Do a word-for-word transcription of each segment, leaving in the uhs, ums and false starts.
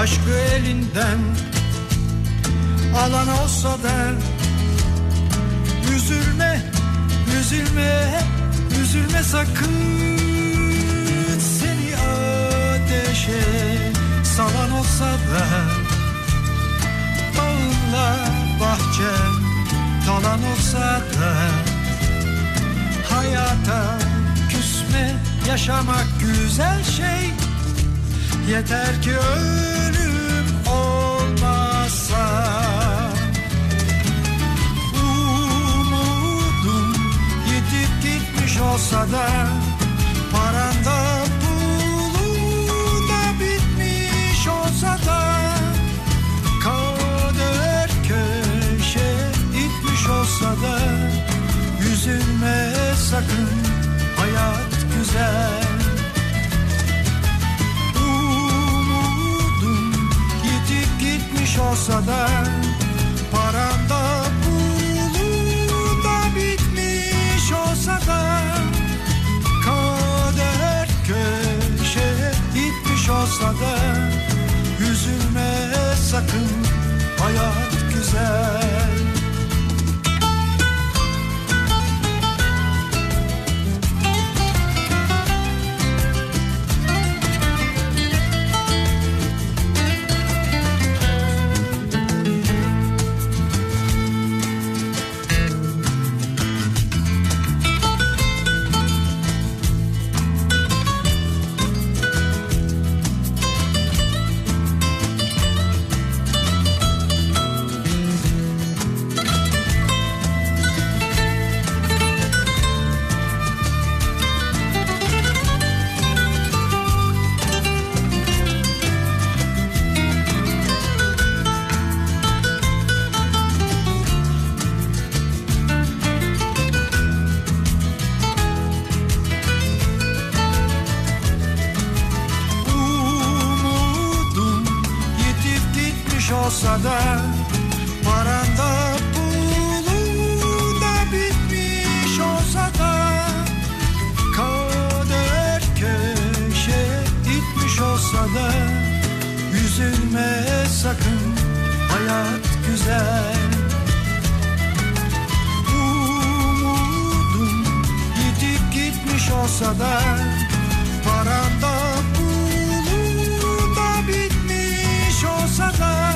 aşkı elinden alan olsa da üzülme, üzülme, üzülme sakın. Seni ateşe salan olsa da bağınla bahçem talan olsa da hayata küsme, yaşamak güzel şey. Yeter ki ölüm olmazsa. Umudum yitip gitmiş olsa da paranda pulu da bitmiş olsa da kader köşe itmiş olsa da üzülme sakın, hayat güzel. Olsa da paranda pulu da bitmiş olsa da kader köşe itmiş olsa da üzülme sakın, hayat güzel. Olsa da paranda pulu da bitmiş olsa da kader köşe itmiş olsa da üzülme sakın, hayat güzel. Umudum yitip gitmiş olsa da paranda pulu da bitmiş olsa da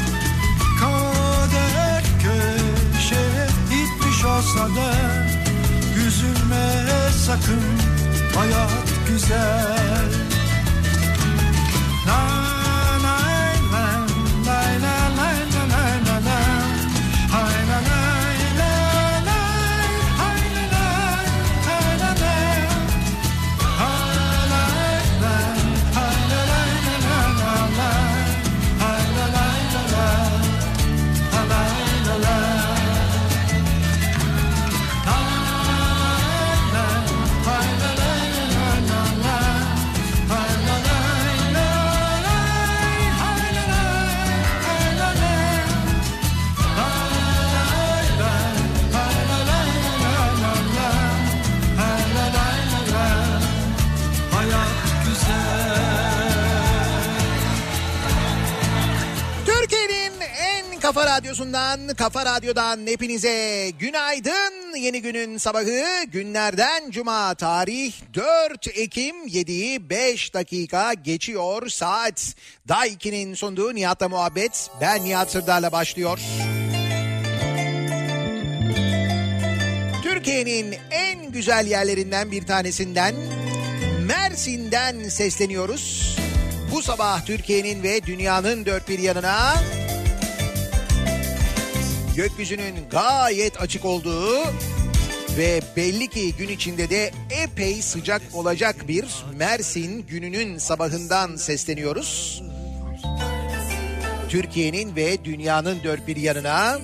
olsa da üzülme sakın, hayat güzel. La la la la la la la la la hay la la la la hay la la hay la la hay la la hay la la la la hay la la la la la. Kafa Radyosu'ndan, Kafa Radyo'dan hepinize günaydın. Yeni günün sabahı, günlerden cuma, tarih dört Ekim, yediyi beş dakika geçiyor saat. Daiki'nin sunduğu Nihat'la muhabbet, ben Nihat Sırdar'la başlıyor. Türkiye'nin en güzel yerlerinden bir tanesinden, Mersin'den sesleniyoruz. Bu sabah Türkiye'nin ve dünyanın dört bir yanına gökyüzünün gayet açık olduğu ve belli ki gün içinde de epey sıcak olacak bir Mersin gününün sabahından sesleniyoruz. Türkiye'nin ve dünyanın dört bir yanına.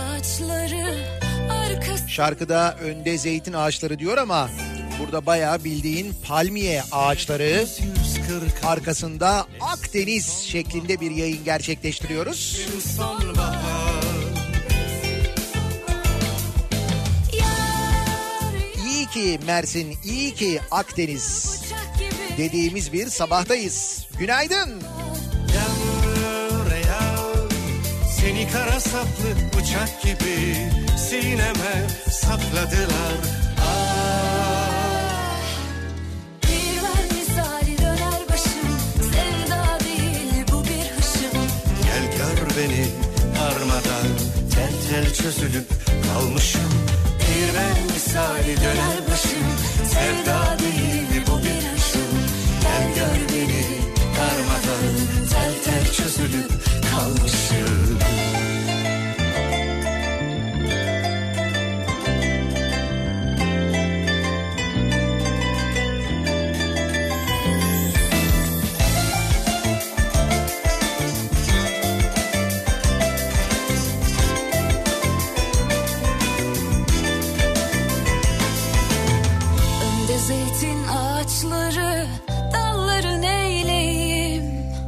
Şarkıda önde zeytin ağaçları diyor ama burada bayağı bildiğin palmiye ağaçları, arkasında Akdeniz şeklinde bir yayın gerçekleştiriyoruz. İyi ki Mersin, iyi ki Akdeniz dediğimiz bir sabahtayız. Günaydın. Seni kara saplı bıçak gibi sineme sapladılar. Ah. Bir ver misali döner başım, sevda değil bu bir hışım. Gel gör beni darmadan, tel tel çözülüp kalmışım. Bir ver misali döner başım, sevda değil bu bir hışım. Gel gör beni darmadan, tel tel çözülüp kalmışım. Önde zeytin ağaçları, dalları neyleyim?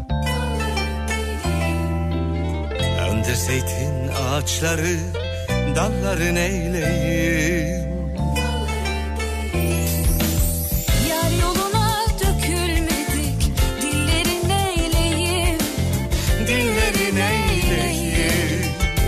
Önde zeytin ağaçları, dalları neyleyim? Yar yoluna dökülmedik, dilleri neyleyim? Dilleri neyleyim?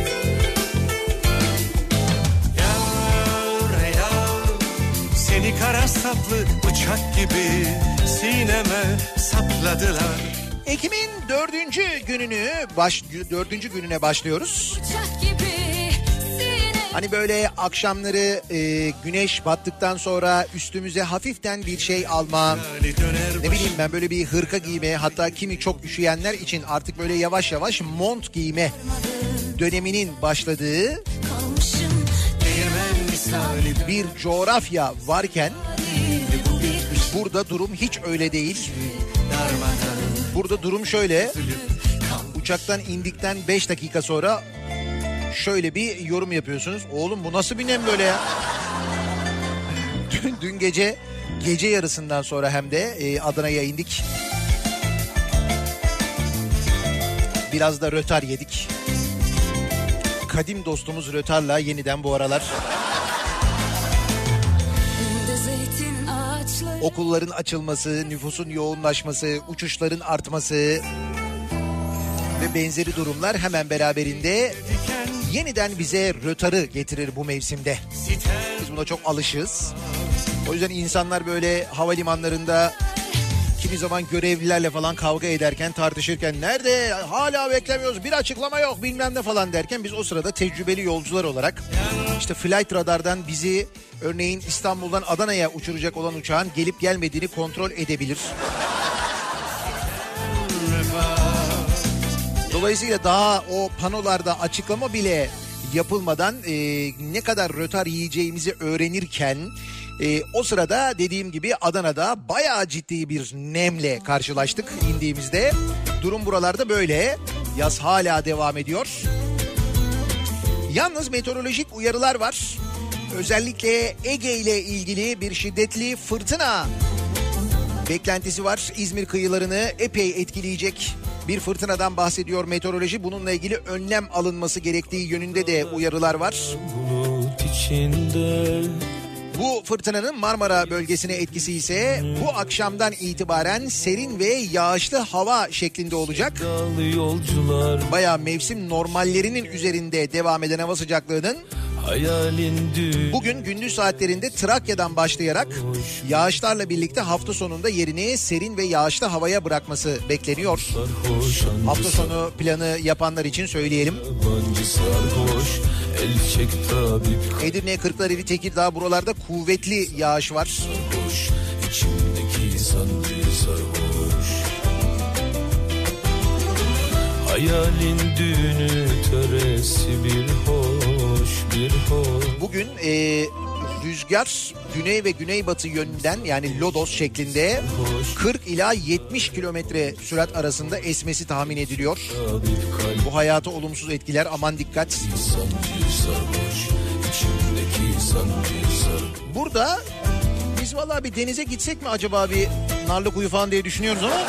Yar yar, seni kara saplı bıçak gibi sineme sapladılar. Ekim'in dördüncü gününü baş dördüncü gününe başlıyoruz. Bıçak gibi sine. Hani böyle akşamları e, güneş battıktan sonra üstümüze hafiften bir şey alma, ne bileyim ben böyle bir hırka giyme, hatta kimi çok üşüyenler için artık böyle yavaş yavaş mont giyme döneminin başladığı Kalmışım Değirmen misali bir coğrafya varken bu bir burada durum hiç öyle değil. darmadan. Burada durum şöyle: uçaktan indikten beş dakika sonra şöyle bir yorum yapıyorsunuz. Oğlum bu nasıl bir nem böyle ya? Dün, dün gece gece yarısından sonra hem de e, Adana'ya indik. Biraz da rötar yedik. Kadim dostumuz rötarla yeniden bu aralar önde zeytin ağaçları. okulların açılması, nüfusun yoğunlaşması, uçuşların artması ve benzeri durumlar hemen beraberinde yeniden bize rötarı getirir bu mevsimde. Biz buna çok alışığız. O yüzden insanlar böyle havalimanlarında kimi zaman görevlilerle falan kavga ederken, tartışırken, nerede hala beklemiyoruz, bir açıklama yok bilmem ne falan derken, biz o sırada tecrübeli yolcular olarak işte Flight Radar'dan bizi örneğin İstanbul'dan Adana'ya uçuracak olan uçağın gelip gelmediğini kontrol edebilir. Dolayısıyla daha o panolarda açıklama bile yapılmadan e, ne kadar rötar yiyeceğimizi öğrenirken e, o sırada dediğim gibi Adana'da bayağı ciddi bir nemle karşılaştık indiğimizde. Durum buralarda böyle. Yaz hala devam ediyor. Yalnız meteorolojik uyarılar var. Özellikle Ege ile ilgili bir şiddetli fırtına beklentisi var. İzmir kıyılarını epey etkileyecek bir fırtınadan bahsediyor meteoroloji. Bununla ilgili önlem alınması gerektiği yönünde de uyarılar var. Bulut içinde Bu fırtınanın Marmara bölgesine etkisi ise bu akşamdan itibaren serin ve yağışlı hava şeklinde olacak. dağlı yolcular Bayağı mevsim normallerinin üzerinde devam eden hava sıcaklığının hayalin düğün bugün gündüz saatlerinde Trakya'dan başlayarak yağışlarla birlikte hafta sonunda yerini serin ve yağışlı havaya bırakması bekleniyor. sarhoş Hafta sonu planı yapanlar için söyleyelim. yabancı sarhoş el çek tabip Edirne, Kırklareli, Tekirdağ buralarda kuvvetli yağış var. sarhoş içimdeki sancı sarhoş hayalin düğünü töresi bir hoş bir hoş Bugün e, rüzgar güney ve güneybatı yönünden yani lodos şeklinde kırk ila yetmiş kilometre sürat arasında esmesi tahmin ediliyor. tabip kalp Bu hayata olumsuz etkiler, aman dikkat. sancı sarhoş içimdeki sancı sarhoş Burada biz vallahi bir denize gitsek mi acaba, bir Narlıkuyu falan diye düşünüyoruz ama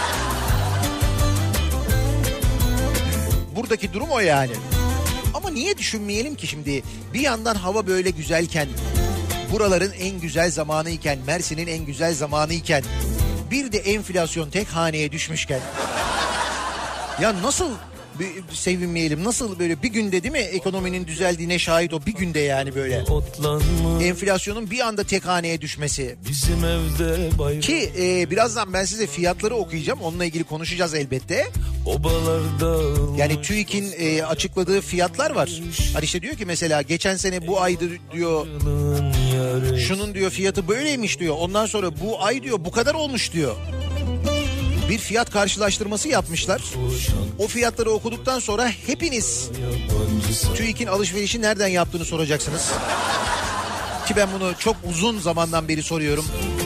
buradaki durum o yani. Ama niye düşünmeyelim ki şimdi? Bir yandan hava böyle güzelken, buraların en güzel zamanıyken, Mersin'in en güzel zamanıyken, bir de enflasyon tek haneye düşmüşken, ya nasıl bir sevinmeyelim? Nasıl böyle bir günde değil mi ekonominin düzeldiğine şahit o bir günde yani böyle. Otlanmış Enflasyonun bir anda tek haneye düşmesi. bizim evde bayram. Ki e, birazdan ben size fiyatları okuyacağım. Onunla ilgili konuşacağız elbette. Obalarda Yani TÜİK'in e, açıkladığı fiyatlar var. Hani işte diyor ki mesela geçen sene bu ayda diyor şunun diyor fiyatı böyleymiş diyor. Ondan sonra bu ay diyor bu kadar olmuş diyor. Bir fiyat karşılaştırması yapmışlar. O fiyatları okuduktan sonra hepiniz TÜİK'in alışverişi nereden yaptığını soracaksınız. Ki ben bunu çok uzun zamandan beri soruyorum.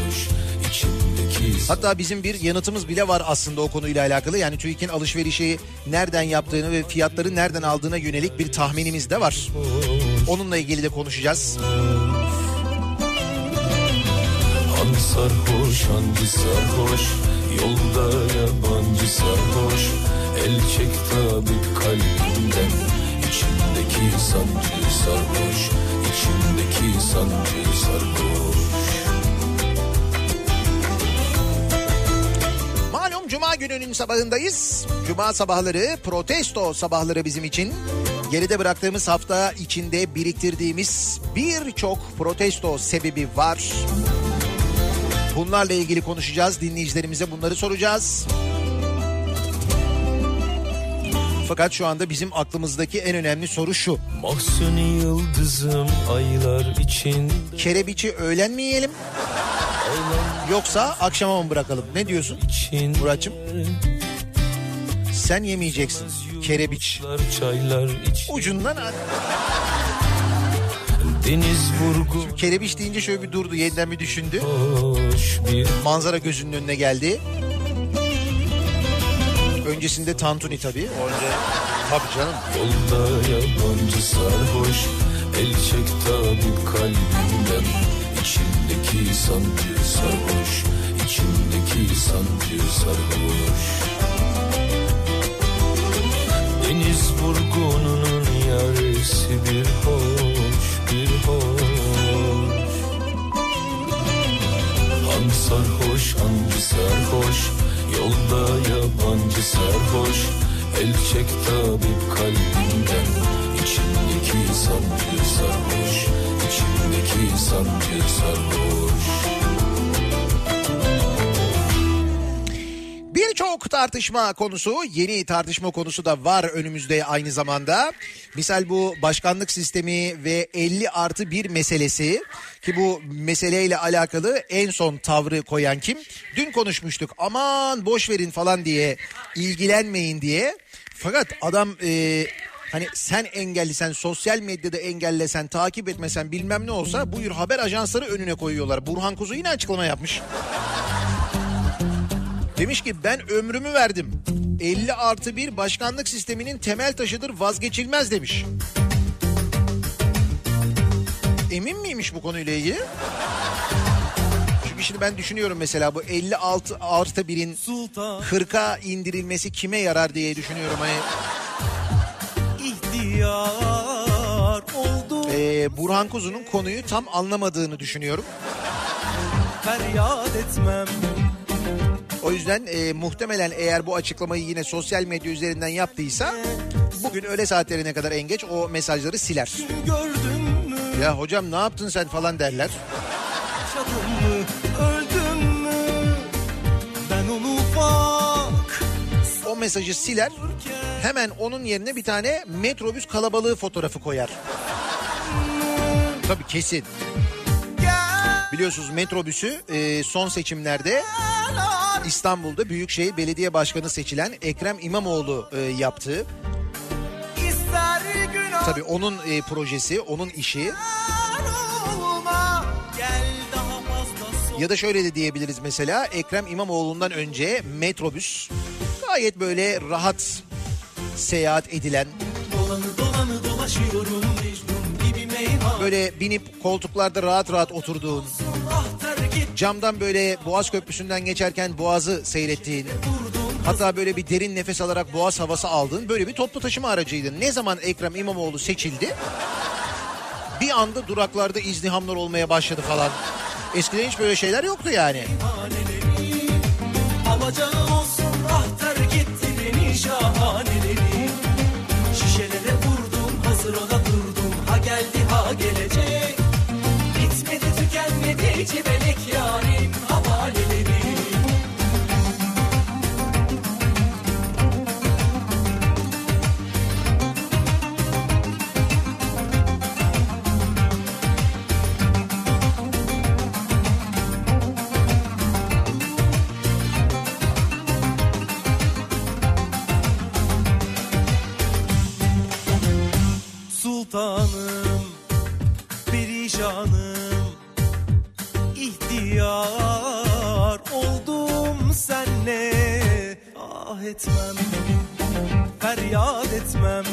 Hatta bizim bir yanıtımız bile var aslında o konuyla alakalı. Yani TÜİK'in alışverişi nereden yaptığını ve fiyatları nereden aldığına yönelik bir tahminimiz de var. Onunla ilgili de konuşacağız. Han sarhoş, hangi sarhoş, yolda yabancı sarhoş. El çek tabip kalbimden, içimdeki sancı sarhoş, içimdeki sancı sarhoş. Malum Cuma gününün sabahındayız. Cuma sabahları protesto sabahları bizim için. Geride bıraktığımız hafta içinde biriktirdiğimiz birçok protesto sebebi var. Bunlarla ilgili konuşacağız. Dinleyicilerimize bunları soracağız. Fakat şu anda bizim aklımızdaki en önemli soru şu. Mahsuni yıldızım aylar için. Kerebiçi öğlen mi yiyelim? Yoksa akşama mı bırakalım? Ne diyorsun Muratçım? Sen yemeyeceksin kerebiç. Çaylar için. Ucundan at. Deniz vurgu. Kerebiç deyince şöyle bir durdu, yeniden bir düşündü. Hoş bir Manzara gözünün önüne geldi. Öncesinde tantuni tabii. Önce tabii canım. yolda yabancı sarhoş. El çek tabip kalbimden. İçimdeki sancı sarhoş. İçimdeki sancı sarhoş. Deniz vurgununun yarısı bir hoş, bir hoş. Han sarhoş, hangi sarhoş, yolda yabancı sarhoş. El çek tabip kalbimden, içimdeki sancı sarhoş, içimdeki sancı sarhoş. Birçok tartışma konusu, yeni tartışma konusu da var önümüzde aynı zamanda. Misal bu başkanlık sistemi ve elli artı bir meselesi, ki bu meseleyle alakalı en son tavrı koyan kim? Dün konuşmuştuk, aman boş verin falan diye, ilgilenmeyin diye. Fakat adam e, hani sen engellisen, sosyal medyada engellesen, takip etmesen, bilmem ne olsa buyur haber ajansları önüne koyuyorlar. Burhan Kuzu yine açıklama yapmış. Demiş ki ben ömrümü verdim. elli artı bir başkanlık sisteminin temel taşıdır, vazgeçilmez demiş. Emin miymiş bu konuyla ilgili? Çünkü şimdi ben düşünüyorum mesela bu elli altı artı birin kırka indirilmesi kime yarar diye düşünüyorum. Hani İhtiyar oldu. Ee, Burhan Kuzu'nun konuyu tam anlamadığını düşünüyorum. Feryat etmem. O yüzden e, muhtemelen eğer bu açıklamayı yine sosyal medya üzerinden yaptıysa bugün öğle saatlerine kadar en geç o mesajları siler. Gördün mü? Ya hocam ne yaptın sen falan derler. Yaşadın mı? Öldün mü? Ben onu bak. O mesajı siler. Hemen onun yerine bir tane metrobüs kalabalığı fotoğrafı koyar. Tabii kesin. Biliyorsunuz metrobüsü e, son seçimlerde İstanbul'da Büyükşehir Belediye Başkanı seçilen Ekrem İmamoğlu e, yaptı. Tabii onun e, projesi, onun işi. Ya da şöyle de diyebiliriz mesela, Ekrem İmamoğlu'ndan önce metrobüs gayet böyle rahat seyahat edilen, Dolanı dolanı dolaşıyorum Mecnun gibi meyhan. böyle binip koltuklarda rahat rahat oturduğun, camdan böyle Boğaz Köprüsü'nden geçerken Boğaz'ı seyrettiğin, hatta böyle bir derin nefes alarak Boğaz havası aldığın böyle bir toplu taşıma aracıydı. Ne zaman Ekrem İmamoğlu seçildi, bir anda duraklarda izdihamlar olmaya başladı falan. Eskiden hiç böyle şeyler yoktu yani. Alacağım olsun ahtar gitti beni şahaneleri. hazır ola durdum. Ha geldi ha gelecek. Bitmedi tükenmedi civelek yarim havaleleri. Sultanım, perişanım, ihtiyar oldum senle. Ah etmem, feryat etmem,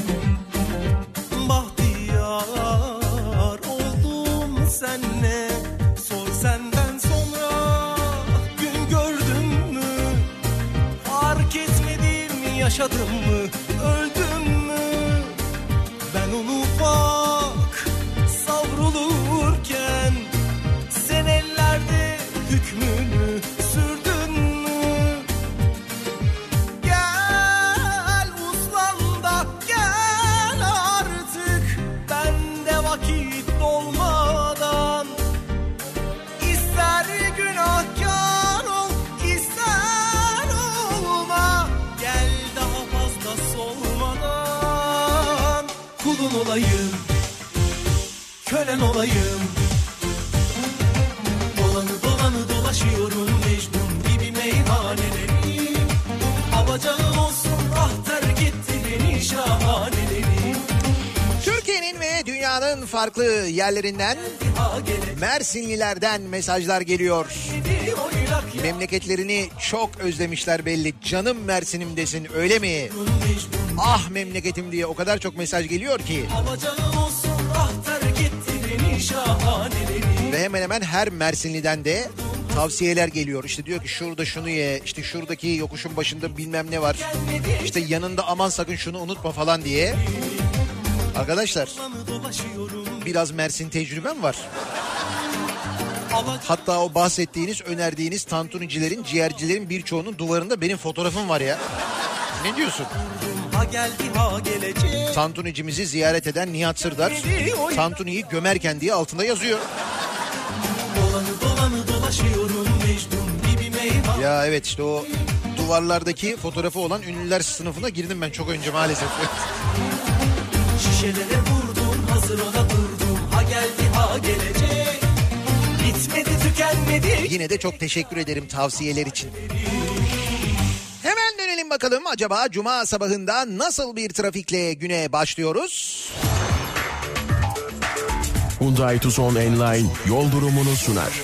bahtiyar oldum senle. Sor senden sonra gün gördüm mü? Fark etmedim, yaşadım mı, öldüm mü? Ben onu bak savrulurken sen ellerde hükmünü sürdün mü? Gel uslan da gel artık, bende vakit dolmadan. İster günahkar ol, ister olma, gel daha fazla solmadan. Kulun olayım, kölen olayım. Dolanı dolanı dolaşıyorum Mecnun gibi meyhaneleri. Abacağım olsun ah terk etti beni şahaneleri. Türkiye'nin ve dünyanın farklı yerlerinden, Mersinlilerden mesajlar geliyor. Memleketlerini çok özlemişler belli. Canım Mersin'im desin, öyle mi? Ah memleketim diye o kadar çok mesaj geliyor ki. Ve hemen hemen her Mersinliden de tavsiyeler geliyor. İşte diyor ki şurada şunu ye, işte şuradaki yokuşun başında bilmem ne var. İşte yanında aman sakın şunu unutma falan diye. Arkadaşlar biraz Mersin tecrübem var. Hatta o bahsettiğiniz, önerdiğiniz tantunicilerin, ciğercilerin birçoğunun duvarında benim fotoğrafım var ya. Ne diyorsun? Tantunicimizi ziyaret eden Nihat Sırdar, tantuniyi gömerken diye altında yazıyor. Ya evet, işte o duvarlardaki fotoğrafı olan ünlüler sınıfına girdim ben çok önce maalesef. Şişelere vurdum, hazır ola durdum. Ha geldi ha gelecek. Bitmedi tükenmedi. Yine de çok teşekkür ederim tavsiyeler için. Hemen dönelim bakalım, acaba Cuma sabahında nasıl bir trafikle güne başlıyoruz? Hyundai Tucson Enline yol durumunu sunar.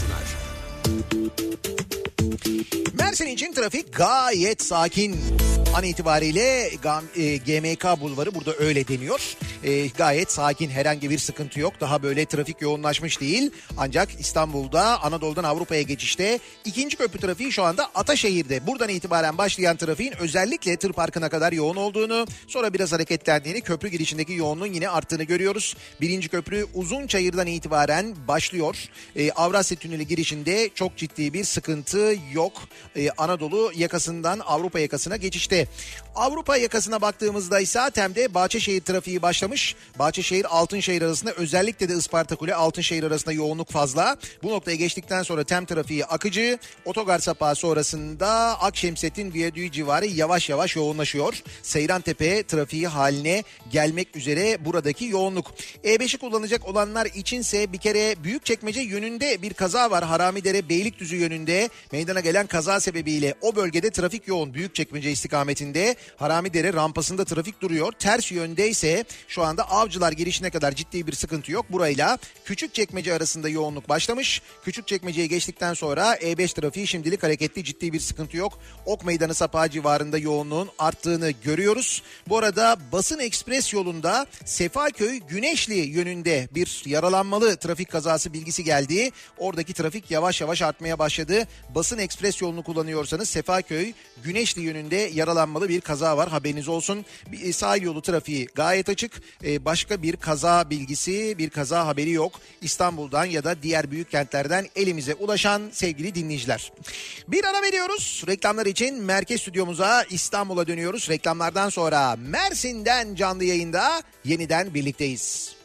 Mersin için trafik gayet sakin. An itibariyle G M K Bulvarı burada öyle deniyor. E, gayet sakin, herhangi bir sıkıntı yok. Daha böyle trafik yoğunlaşmış değil. Ancak İstanbul'da Anadolu'dan Avrupa'ya geçişte ikinci köprü trafiği şu anda Ataşehir'de. Buradan itibaren başlayan trafiğin özellikle tır parkına kadar yoğun olduğunu, sonra biraz hareketlendiğini, köprü girişindeki yoğunluğun yine arttığını görüyoruz. Birinci köprü Uzunçayır'dan itibaren başlıyor. E, Avrasya Tüneli girişinde çok ciddi bir sıkıntı yok. E, Anadolu yakasından Avrupa yakasına geçişte. Avrupa yakasına baktığımızda ise Tem'de Bahçeşehir trafiği başlamış. Bahçeşehir Altınşehir arasında, özellikle de Isparta Kule Altınşehir arasında yoğunluk fazla. Bu noktaya geçtikten sonra Tem trafiği akıcı. Otogar sapağı sonrasında Akşemsettin Viyadüğü civarı yavaş yavaş yoğunlaşıyor. Seyrantepe trafiği haline gelmek üzere buradaki yoğunluk. E beşi kullanacak olanlar içinse bir kere Büyükçekmece yönünde bir kaza var. Haramidere Beylikdüzü yönünde meydana gelen kaza sebebiyle o bölgede trafik yoğun. Büyükçekmece istikametinde Haramidere rampasında trafik duruyor. Ters yönde ise şu anda Avcılar girişine kadar ciddi bir sıkıntı yok. Burayla Küçükçekmece arasında yoğunluk başlamış. Küçükçekmece'ye geçtikten sonra E beş trafiği şimdilik hareketli, ciddi bir sıkıntı yok. Ok Meydanı sapağı civarında yoğunluğun arttığını görüyoruz. Bu arada Basın Ekspres yolunda Sefaköy Güneşli yönünde bir yaralanmalı trafik kazası bilgisi geldi. Oradaki trafik yavaş yavaş artmaya başladı. Basın Ekspres yolunu kullanıyorsanız Sefaköy Güneşli yönünde yaralanmalı bir kaza var, haberiniz olsun. Bir sahil yolu trafiği gayet açık. e, başka bir kaza bilgisi, bir kaza haberi yok. İstanbul'dan ya da diğer büyük kentlerden elimize ulaşan sevgili dinleyiciler. Bir ara veriyoruz. Reklamlar için merkez stüdyomuza İstanbul'a dönüyoruz. Reklamlardan sonra Mersin'den canlı yayında yeniden birlikteyiz.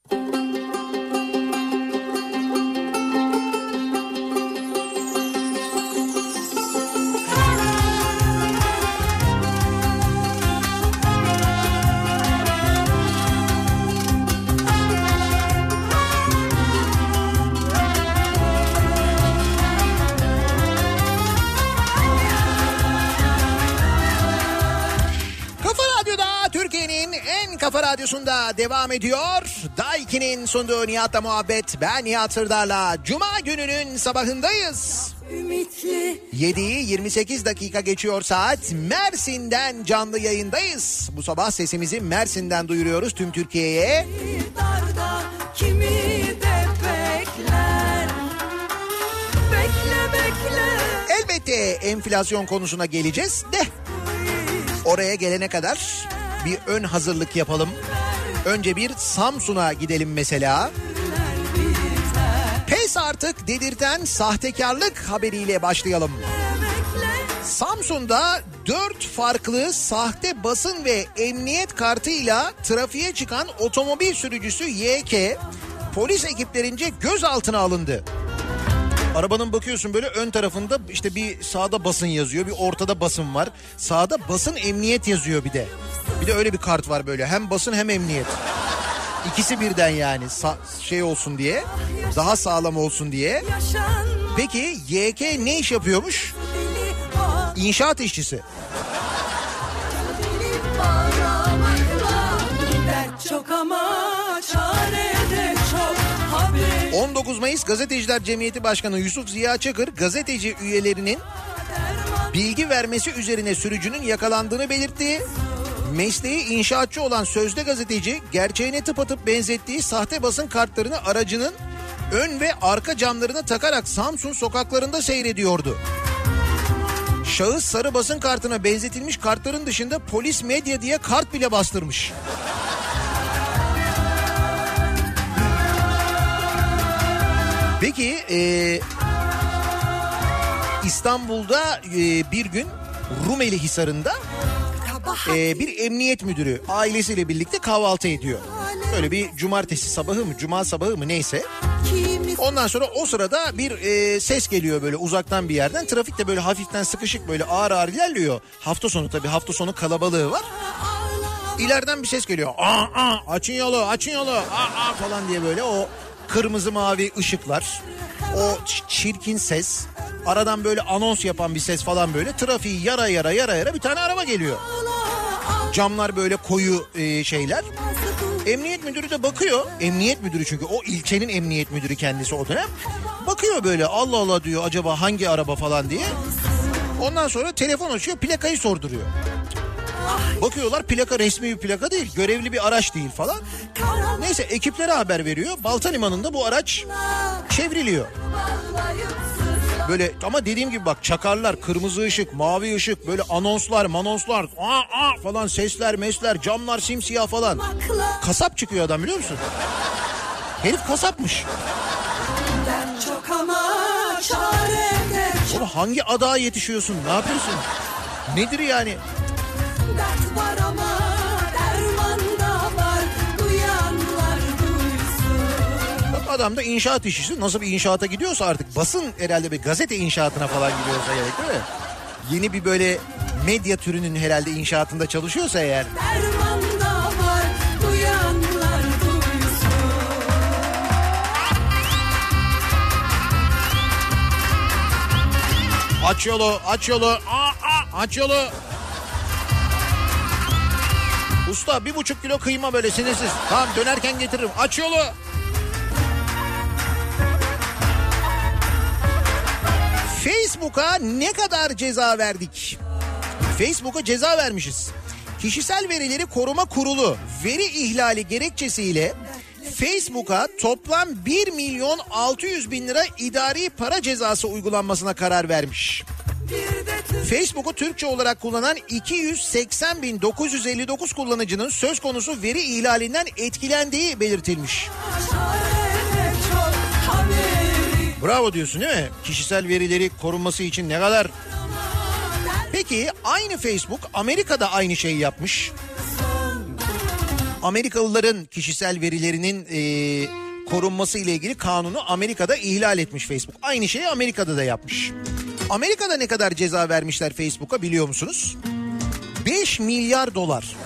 Kafa Radyosu'nda devam ediyor. Daiki'nin sunduğu Nihat'la muhabbet. Ben Nihat Sırdar'la Cuma gününün sabahındayız. yediyi yirmi sekiz dakika geçiyor saat. Mersin'den canlı yayındayız. Bu sabah sesimizi Mersin'den duyuruyoruz tüm Türkiye'ye. Darda kimi de bekler. Bekle bekle. Elbette enflasyon konusuna geleceğiz de oraya gelene kadar bir ön hazırlık yapalım. Önce bir Samsun'a gidelim mesela. Pes artık dedirten sahtekarlık haberiyle başlayalım. Samsun'da dört farklı sahte basın ve emniyet kartıyla trafiğe çıkan otomobil sürücüsü Y K polis ekiplerince gözaltına alındı. Arabanın bakıyorsun böyle ön tarafında işte bir sağda basın yazıyor, bir ortada basın var. Sağda basın emniyet yazıyor bir de. Bir de öyle bir kart var böyle, hem basın hem emniyet. İkisi birden yani Sa- şey olsun diye, daha sağlam olsun diye. Peki Y K ne iş yapıyormuş? İnşaat işçisi. Çok ama çare de çok haber. on dokuz Mayıs Gazeteciler Cemiyeti Başkanı Yusuf Ziya Çakır gazeteci üyelerinin bilgi vermesi üzerine sürücünün yakalandığını belirtti. Mesleği inşaatçı olan sözde gazeteci gerçeğine tıpatıp benzettiği sahte basın kartlarını aracının ön ve arka camlarına takarak Samsun sokaklarında seyrediyordu. Şahıs sarı basın kartına benzetilmiş kartların dışında polis medya diye kart bile bastırmış. Peki e, İstanbul'da e, bir gün Rumeli Hisarı'nda e, bir emniyet müdürü ailesiyle birlikte kahvaltı ediyor. Böyle bir cumartesi sabahı mı, cuma sabahı mı neyse. Ondan sonra o sırada bir e, ses geliyor böyle uzaktan bir yerden. Trafik de böyle hafiften sıkışık, böyle ağır ağır ilerliyor. Hafta sonu tabii, hafta sonu kalabalığı var. İleriden bir ses geliyor. Aa, aa, açın yolu, açın yolu, aa, aa falan diye böyle o kırmızı mavi ışıklar, o çirkin ses, aradan böyle anons yapan bir ses falan böyle. Trafiği yara yara yara yara bir tane araba geliyor. Camlar böyle koyu e, şeyler. Emniyet müdürü de bakıyor. Emniyet müdürü, çünkü o ilçenin emniyet müdürü kendisi o dönem. Bakıyor böyle, Allah Allah diyor, acaba hangi araba falan diye. Ondan sonra telefon açıyor, plakayı sorduruyor. Bakıyorlar, plaka resmi bir plaka değil, görevli bir araç değil falan. Neyse ekiplere haber veriyor. Balta Limanı'nda bu araç çevriliyor. Böyle ama dediğim gibi bak, çakarlar, kırmızı ışık, mavi ışık, böyle anonslar, manonslar, aa, aa falan, sesler, mesler, camlar simsiyah falan. Kasap çıkıyor adam, biliyor musun? Herif kasapmış. Çok ama çarede çok. Oğlum hangi adağa yetişiyorsun? Ne yapıyorsun? Nedir yani? Dert var ama derman da var. Duyanlar duysun. Bak adam da inşaat işçisi. Nasıl bir inşaata gidiyorsa artık, basın herhalde bir gazete inşaatına falan gidiyorsa gerek, değil mi? Yeni bir böyle medya türünün herhalde inşaatında çalışıyorsa eğer. Derman da var. Duyanlar duysun. Aç yolu, aç yolu, aa, aa, aç yolu. Usta bir buçuk kilo kıyma böyle sinirsiz. Tamam dönerken getiririm. Aç yolu. Facebook'a ne kadar ceza verdik? Facebook'a ceza vermişiz. Kişisel Verileri Koruma Kurulu veri ihlali gerekçesiyle Facebook'a toplam bir milyon altı yüz bin lira idari para cezası uygulanmasına karar vermiş. Facebook'u Türkçe olarak kullanan iki yüz seksen bin dokuz yüz elli dokuz kullanıcının söz konusu veri ihlalinden etkilendiği belirtilmiş. Bravo diyorsun değil mi? Kişisel verileri korunması için ne kadar... Peki aynı Facebook Amerika'da aynı şeyi yapmış. Amerikalıların kişisel verilerinin e, korunması ile ilgili kanunu Amerika'da ihlal etmiş Facebook. Aynı şeyi Amerika'da da yapmış. Amerika'da ne kadar ceza vermişler Facebook'a biliyor musunuz? beş milyar dolar.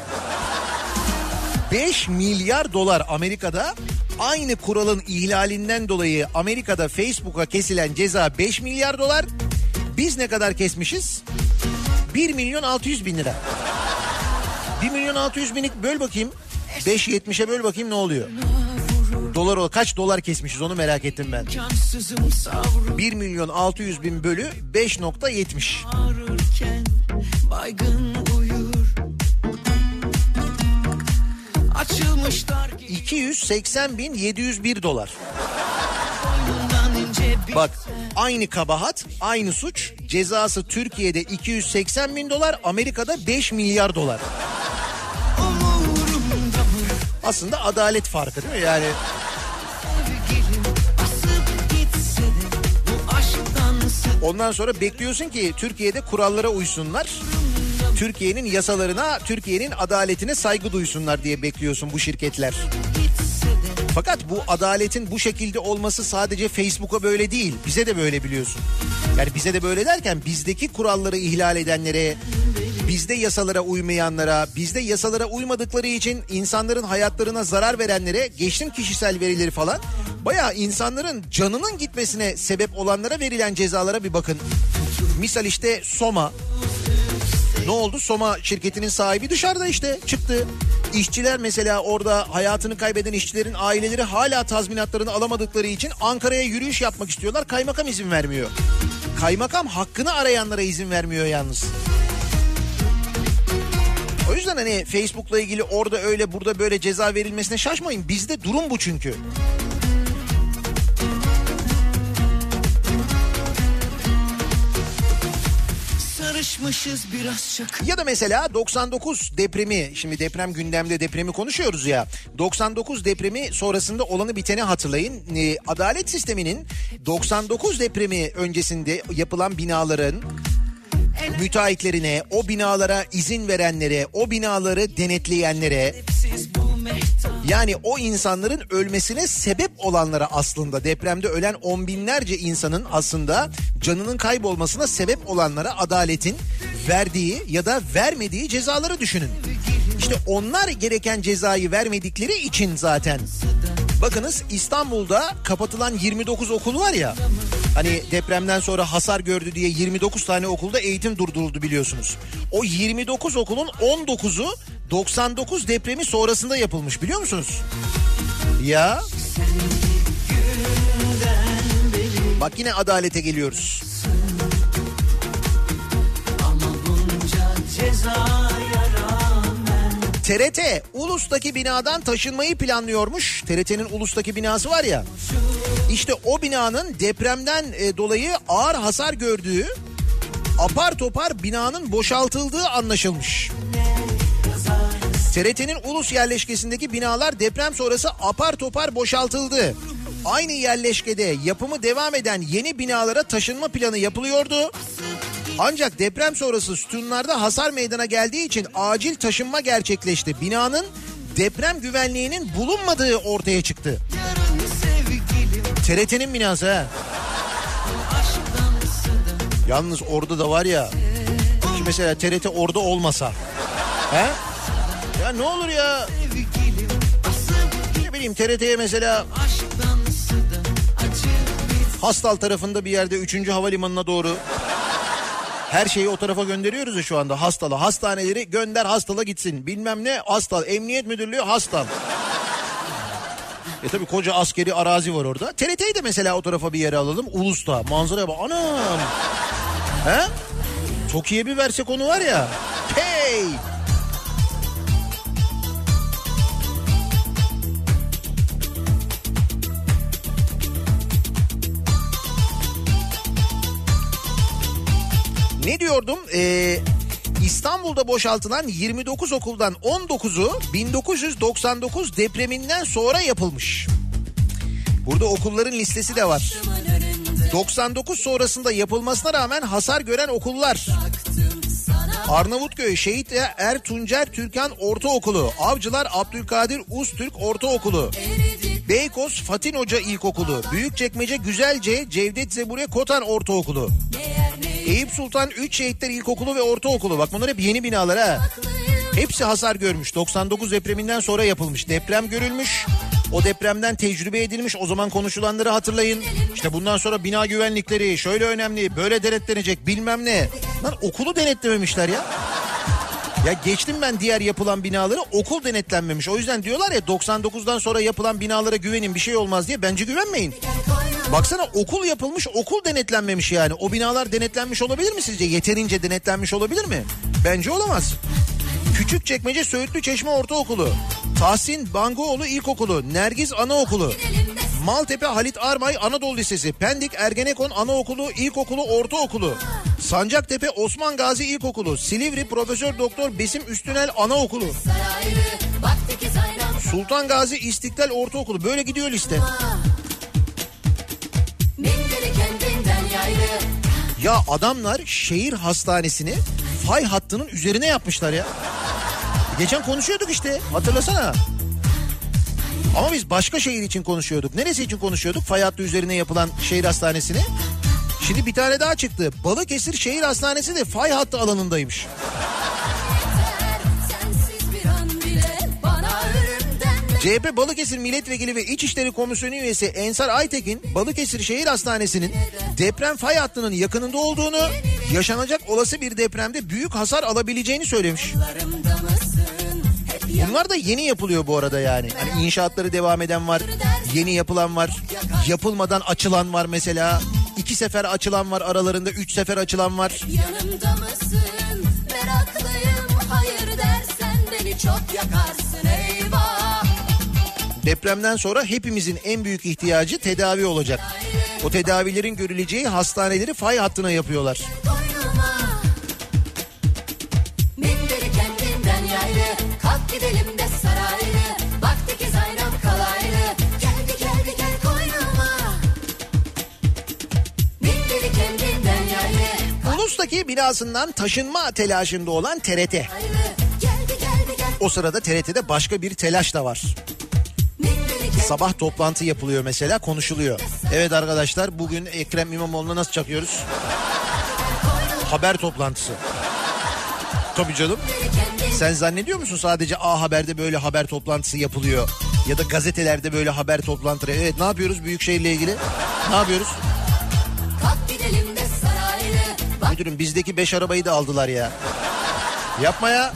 beş milyar dolar Amerika'da aynı kuralın ihlalinden dolayı Amerika'da Facebook'a kesilen ceza beş milyar dolar. Biz ne kadar kesmişiz? bir milyon altı yüz bin lira. bir milyon altı yüz binlik böl bakayım. beş yetmişe böl bakayım ne oluyor? Dolar o kaç dolar kesmişiz onu merak ettim ben. bir milyon altı yüz bin bölü beş nokta yetmiş. iki yüz seksen bin yedi yüz bir dolar. Bak aynı kabahat, aynı suç, cezası Türkiye'de iki yüz seksen bin dolar, Amerika'da beş milyar dolar. Aslında adalet farkı değil mi yani? Ondan sonra bekliyorsun ki Türkiye'de kurallara uysunlar. Türkiye'nin yasalarına, Türkiye'nin adaletine saygı duysunlar diye bekliyorsun bu şirketler. Fakat bu adaletin bu şekilde olması sadece Facebook'a böyle değil. Bize de böyle biliyorsun. Yani bize de böyle derken bizdeki kuralları ihlal edenlere, bizde yasalara uymayanlara, bizde yasalara uymadıkları için insanların hayatlarına zarar verenlere, geçtim kişisel verileri falan, bayağı insanların canının gitmesine sebep olanlara verilen cezalara bir bakın. Misal işte Soma. Ne oldu? Soma şirketinin sahibi dışarıda işte çıktı. İşçiler mesela orada hayatını kaybeden işçilerin aileleri hala tazminatlarını alamadıkları için Ankara'ya yürüyüş yapmak istiyorlar. Kaymakam izin vermiyor. Kaymakam hakkını arayanlara izin vermiyor yalnız. O yüzden hani Facebook'la ilgili orada öyle burada böyle ceza verilmesine şaşmayın. Bizde durum bu çünkü. Ya da mesela doksan dokuz depremi, şimdi deprem gündemde, depremi konuşuyoruz ya. doksan dokuz depremi sonrasında olanı biteni hatırlayın. Ee, adalet sisteminin doksan dokuz depremi öncesinde yapılan binaların müteahhitlerine, o binalara izin verenlere, o binaları denetleyenlere, yani o insanların ölmesine sebep olanlara, aslında depremde ölen on binlerce insanın aslında canının kaybolmasına sebep olanlara adaletin verdiği ya da vermediği cezaları düşünün. İşte onlar gereken cezayı vermedikleri için zaten. Bakınız İstanbul'da kapatılan yirmi dokuz okul var ya. Hani depremden sonra hasar gördü diye yirmi dokuz tane okulda eğitim durduruldu biliyorsunuz. O yirmi dokuz okulun on dokuzu doksan dokuz depremi sonrasında yapılmış, biliyor musunuz? Ya. Bak yine adalete geliyoruz. T R T Ulus'taki binadan taşınmayı planlıyormuş. T R T'nin Ulus'taki binası var ya. İşte o binanın depremden dolayı ağır hasar gördüğü, apar topar binanın boşaltıldığı anlaşılmış. T R T'nin Ulus yerleşkesindeki binalar deprem sonrası apar topar boşaltıldı. Aynı yerleşkede yapımı devam eden yeni binalara taşınma planı yapılıyordu. Ancak deprem sonrası sütunlarda hasar meydana geldiği için acil taşınma gerçekleşti. Binanın deprem güvenliğinin bulunmadığı ortaya çıktı. T R T'nin binası ha. Yalnız orada da var ya. Şimdi mesela T R T orada olmasa. He? Ya ne olur ya. Ne bileyim T R T'ye mesela Hastal tarafında bir yerde üçüncü havalimanına doğru her şeyi o tarafa gönderiyoruz ya şu anda. Hastalı hastaneleri gönder, Hastal'a gitsin. Bilmem ne Hastal, Emniyet Müdürlüğü Hastal. E tabii koca askeri arazi var orada. T R T'yi de mesela o tarafa bir yere alalım. Ulus'ta manzaraya bak. Anam. He? Tokyo'ya bir versek onu var ya. Hey. Ne diyordum? Ee, İstanbul'da boşaltılan yirmi dokuz okuldan on dokuzu bin dokuz yüz doksan dokuz depreminden sonra yapılmış. Burada okulların listesi de var. doksan dokuz sonrasında yapılmasına rağmen hasar gören okullar: Arnavutköy Şehit Ertuncer Türkan Ortaokulu, Avcılar Abdülkadir Uztürk Ortaokulu, Beykoz Fatin Hoca İlkokulu, Büyükçekmece Güzelce Cevdet Zebure Kotan Ortaokulu, Eyüp Sultan Üç Şehitler İlkokulu ve Ortaokulu. Bak bunlar hep yeni binalar ha. Hepsi hasar görmüş. doksan dokuz depreminden sonra yapılmış. Deprem görülmüş. O depremden tecrübe edilmiş. O zaman konuşulanları hatırlayın. İşte bundan sonra bina güvenlikleri şöyle önemli, böyle denetlenecek bilmem ne. Lan okulu denetlememişler ya. Ya geçtim ben diğer yapılan binaları, okul denetlenmemiş. O yüzden diyorlar ya doksan dokuzdan sonra yapılan binalara güvenin bir şey olmaz diye. Bence güvenmeyin. Baksana okul yapılmış, okul denetlenmemiş yani. O binalar denetlenmiş olabilir mi sizce? Yeterince denetlenmiş olabilir mi? Bence olamaz. Küçükçekmece Söğütlü Çeşme Ortaokulu, Tahsin Bangoğlu İlkokulu, Nergiz Anaokulu, Maltepe Halit Armay Anadolu Lisesi, Pendik Ergenekon Anaokulu, İlkokulu, Ortaokulu, Sancaktepe Osman Gazi İlkokulu, Silivri Profesör Doktor Besim Üstünel Anaokulu, Sultan Gazi İstiklal Ortaokulu. Böyle gidiyor liste. Ya adamlar şehir hastanesini fay hattının üzerine yapmışlar ya. Geçen konuşuyorduk işte, hatırlasana. Ama biz başka şehir için konuşuyorduk. Neresi için konuşuyorduk? Fay hattı üzerine yapılan şehir hastanesini. Şimdi bir tane daha çıktı. Balıkesir Şehir Hastanesi de fay hattı alanındaymış. C H P Balıkesir Milletvekili ve İçişleri Komisyonu üyesi Ensar Aytekin, Balıkesir Şehir Hastanesi'nin deprem fay hattının yakınında olduğunu, yaşanacak olası bir depremde büyük hasar alabileceğini söylemiş. Bunlar da yeni yapılıyor bu arada yani. Hani inşaatları devam eden var, yeni yapılan var, yapılmadan açılan var mesela. İki sefer açılan var, aralarında üç sefer açılan var. Yanımda mısın? Meraklıyım, hayır dersen beni çok yakarsın, eyvah. Depremden sonra hepimizin en büyük ihtiyacı tedavi olacak. O tedavilerin görüleceği hastaneleri fay hattına yapıyorlar. Minderi kendinden yayrı, kalk gidelim de saraylı. Vakti ki zaynam kalaylı, geldi geldi gel koynuma. Minderi kendinden yayrı. Ulus'taki binasından taşınma telaşında olan T R T. Geldi geldi gel. O sırada T R T'de başka bir telaş da var. Sabah toplantı yapılıyor mesela, konuşuluyor. Evet arkadaşlar, bugün Ekrem İmamoğlu'na nasıl çakıyoruz? Haber toplantısı. Tabii canım. Sen zannediyor musun sadece A Haber'de böyle haber toplantısı yapılıyor? Ya da gazetelerde böyle haber toplantıları. Evet, ne yapıyoruz Büyükşehir'le ilgili? Ne yapıyoruz? Müdürüm bizdeki beş arabayı da aldılar ya. Yapma ya.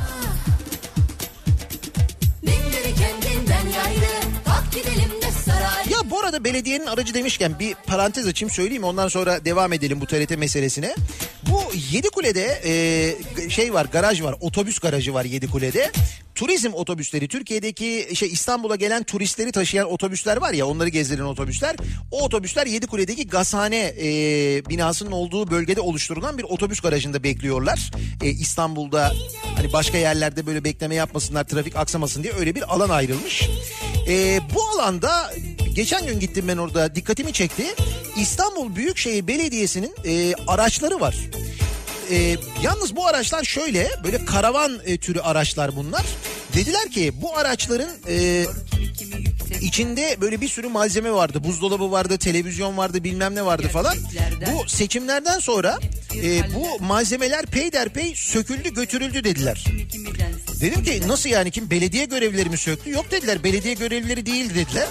Ya bu arada belediyenin aracı demişken bir parantez açayım, söyleyeyim, ondan sonra devam edelim bu T R T meselesine. Bu Yedikule'de e, şey var, garaj var, otobüs garajı var Yedikule'de. Turizm otobüsleri, Türkiye'deki şey İstanbul'a gelen turistleri taşıyan otobüsler var ya, onları gezdiren otobüsler. O otobüsler Yedikule'deki gazhane e, binasının olduğu bölgede oluşturulan bir otobüs garajında bekliyorlar. E, İstanbul'da hani başka yerlerde böyle bekleme yapmasınlar, trafik aksamasın diye öyle bir alan ayrılmış. E, bu alanda geçen gün gittim ben, orada dikkatimi çekti. İstanbul Büyükşehir Belediyesi'nin e, araçları var. E, yalnız bu araçlar şöyle, böyle karavan e, türü araçlar bunlar. Dediler ki bu araçların e, içinde böyle bir sürü malzeme vardı. Buzdolabı vardı, televizyon vardı, bilmem ne vardı falan. Bu seçimlerden sonra e, bu malzemeler peyderpey söküldü, götürüldü dediler. Dedim ki nasıl yani, kim, belediye görevlileri mi söktü? Yok dediler, belediye görevlileri değil dediler.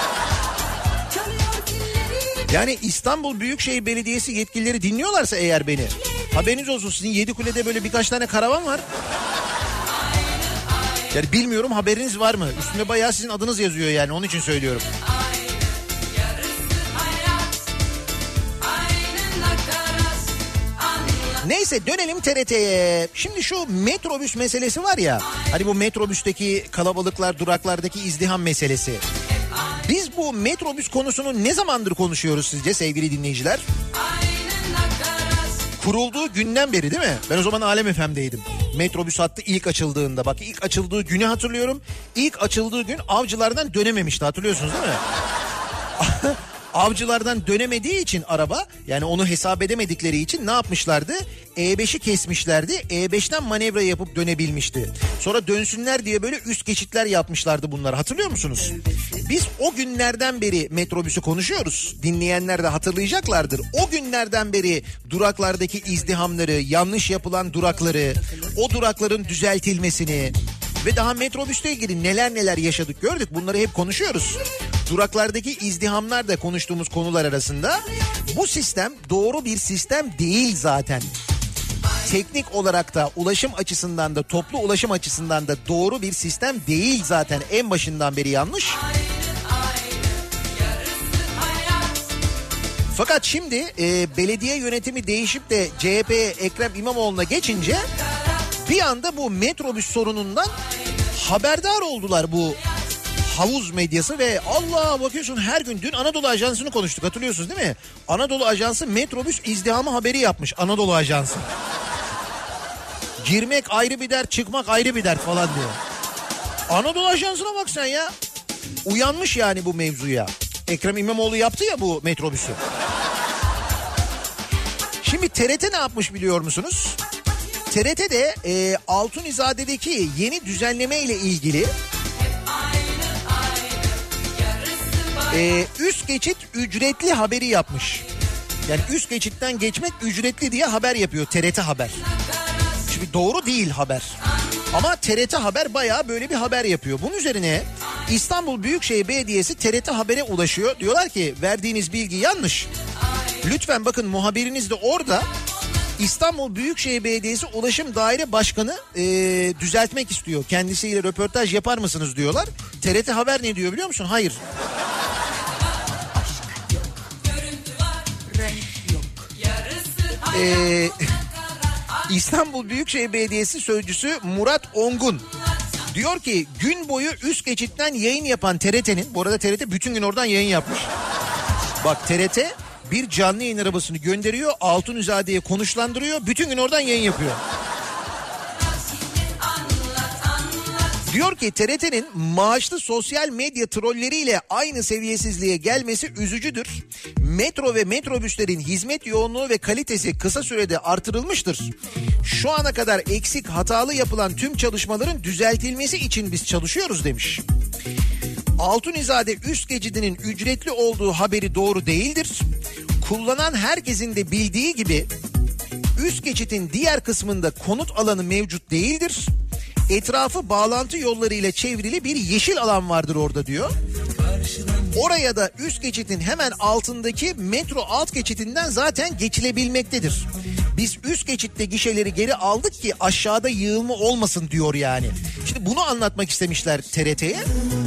Yani İstanbul Büyükşehir Belediyesi yetkilileri dinliyorlarsa eğer beni, haberiniz olsun, sizin Yedikule'de böyle birkaç tane karavan var. Yani bilmiyorum, haberiniz var mı? Üstünde bayağı sizin adınız yazıyor yani, onun için söylüyorum. Neyse, dönelim T R T'ye. Şimdi şu metrobüs meselesi var ya, hani bu metrobüsteki kalabalıklar, duraklardaki izdiham meselesi. Biz bu metrobüs konusunu ne zamandır konuşuyoruz sizce sevgili dinleyiciler? kurulduğu günden beri değil mi? Ben o zaman Alem F M'deydim. Metrobüs hattı ilk açıldığında. Bak ilk açıldığı günü hatırlıyorum. İlk açıldığı gün Avcılar'dan dönememişti, hatırlıyorsunuz değil mi? Avcılar'dan dönemediği için araba, yani onu hesap edemedikleri için ne yapmışlardı? E beşi kesmişlerdi. E beşten manevra yapıp dönebilmişti. Sonra dönsünler diye böyle üst geçitler yapmışlardı bunlar. Hatırlıyor musunuz? Biz o günlerden beri metrobüsü konuşuyoruz. Dinleyenler de hatırlayacaklardır. O günlerden beri duraklardaki izdihamları, yanlış yapılan durakları, o durakların düzeltilmesini ve daha metrobüsle ilgili neler neler yaşadık, gördük. Bunları hep konuşuyoruz. Duraklardaki izdihamlar da konuştuğumuz konular arasında. Bu sistem doğru bir sistem değil zaten. Teknik olarak da, ulaşım açısından da, toplu ulaşım açısından da doğru bir sistem değil zaten. En başından beri yanlış. Fakat şimdi e, belediye yönetimi değişip de C H P'ye, Ekrem İmamoğlu'na geçince bir anda bu metrobüs sorunundan haberdar oldular bu havuz medyası ve Allah bakıyorsun her gün, dün Anadolu Ajansı'nı konuştuk, hatırlıyorsunuz değil mi? Anadolu Ajansı metrobüs izdihamı haberi yapmış, Anadolu Ajansı. Girmek ayrı bir dert, çıkmak ayrı bir dert falan diye. Anadolu Ajansı'na bak sen ya. Uyanmış yani bu mevzuya. Ekrem İmamoğlu yaptı ya bu metrobüsü. Şimdi T R T ne yapmış biliyor musunuz? T R T'de e, Altunizade'deki yeni düzenleme ile ilgili e, üst geçit ücretli haberi yapmış. Yani üst geçitten geçmek ücretli diye haber yapıyor T R T Haber. Şimdi doğru değil haber. Ama T R T Haber bayağı böyle bir haber yapıyor. Bunun üzerine İstanbul Büyükşehir Belediyesi T R T Haber'e ulaşıyor. Diyorlar ki verdiğiniz bilgi yanlış. Lütfen bakın, muhabiriniz de orada. İstanbul Büyükşehir Belediyesi Ulaşım Daire Başkanı e, düzeltmek istiyor. Kendisiyle röportaj yapar mısınız diyorlar. T R T Haber ne diyor biliyor musun? Hayır. Ee, İstanbul Büyükşehir Belediyesi Sözcüsü Murat Ongun diyor ki gün boyu üst geçitten yayın yapan T R T'nin, bu arada T R T bütün gün oradan yayın yapmış. Bak T R T bir canlı yayın arabasını gönderiyor, Altunizade'ye konuşlandırıyor, bütün gün oradan yayın yapıyor. Diyor ki T R T'nin maaşlı sosyal medya trolleriyle aynı seviyesizliğe gelmesi üzücüdür. Metro ve metrobüslerin hizmet yoğunluğu ve kalitesi kısa sürede artırılmıştır. Şu ana kadar eksik, hatalı yapılan tüm çalışmaların düzeltilmesi için biz çalışıyoruz demiş. Altunizade üst geçidinin ücretli olduğu haberi doğru değildir. Kullanan herkesin de bildiği gibi üst geçitin diğer kısmında konut alanı mevcut değildir. Etrafı bağlantı yollarıyla çevrili bir yeşil alan vardır orada diyor. Oraya da üst geçitin hemen altındaki metro alt geçitinden zaten geçilebilmektedir. Biz üst geçitte gişeleri geri aldık ki aşağıda yığılma olmasın diyor yani. Şimdi bunu anlatmak istemişler T R T'ye.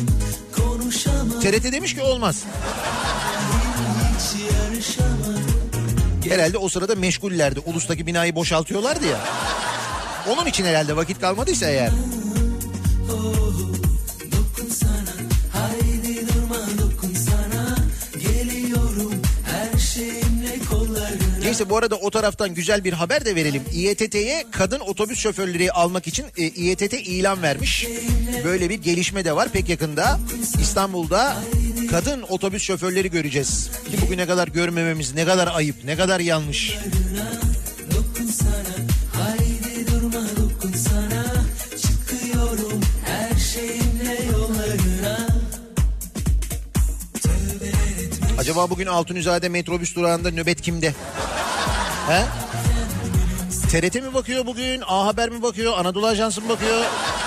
T R T demiş ki olmaz. Herhalde o sırada meşgullerdi. Ulus'taki binayı boşaltıyorlardı ya. Onun için herhalde vakit kalmadıysa eğer. Neyse, bu arada o taraftan güzel bir haber de verelim. İ E T T'ye kadın otobüs şoförleri almak için e, İ E T T ilan vermiş. Böyle bir gelişme de var pek yakında. İstanbul'da kadın otobüs şoförleri göreceğiz. Ki bugüne kadar görmememiz ne kadar ayıp, ne kadar yanlış. Acaba bugün Altunizade metrobüs durağında nöbet kimde? He? T R T mi bakıyor bugün? A Haber mi bakıyor? Anadolu Ajansı mı bakıyor?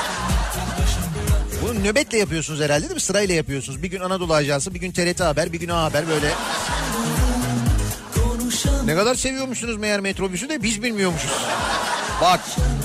Bunu nöbetle yapıyorsunuz herhalde değil mi? Sırayla yapıyorsunuz. Bir gün Anadolu Ajansı, bir gün T R T Haber, bir gün A Haber, böyle. Ne kadar seviyormuşsunuz meğer metrobüsü de biz bilmiyormuşuz. Bak.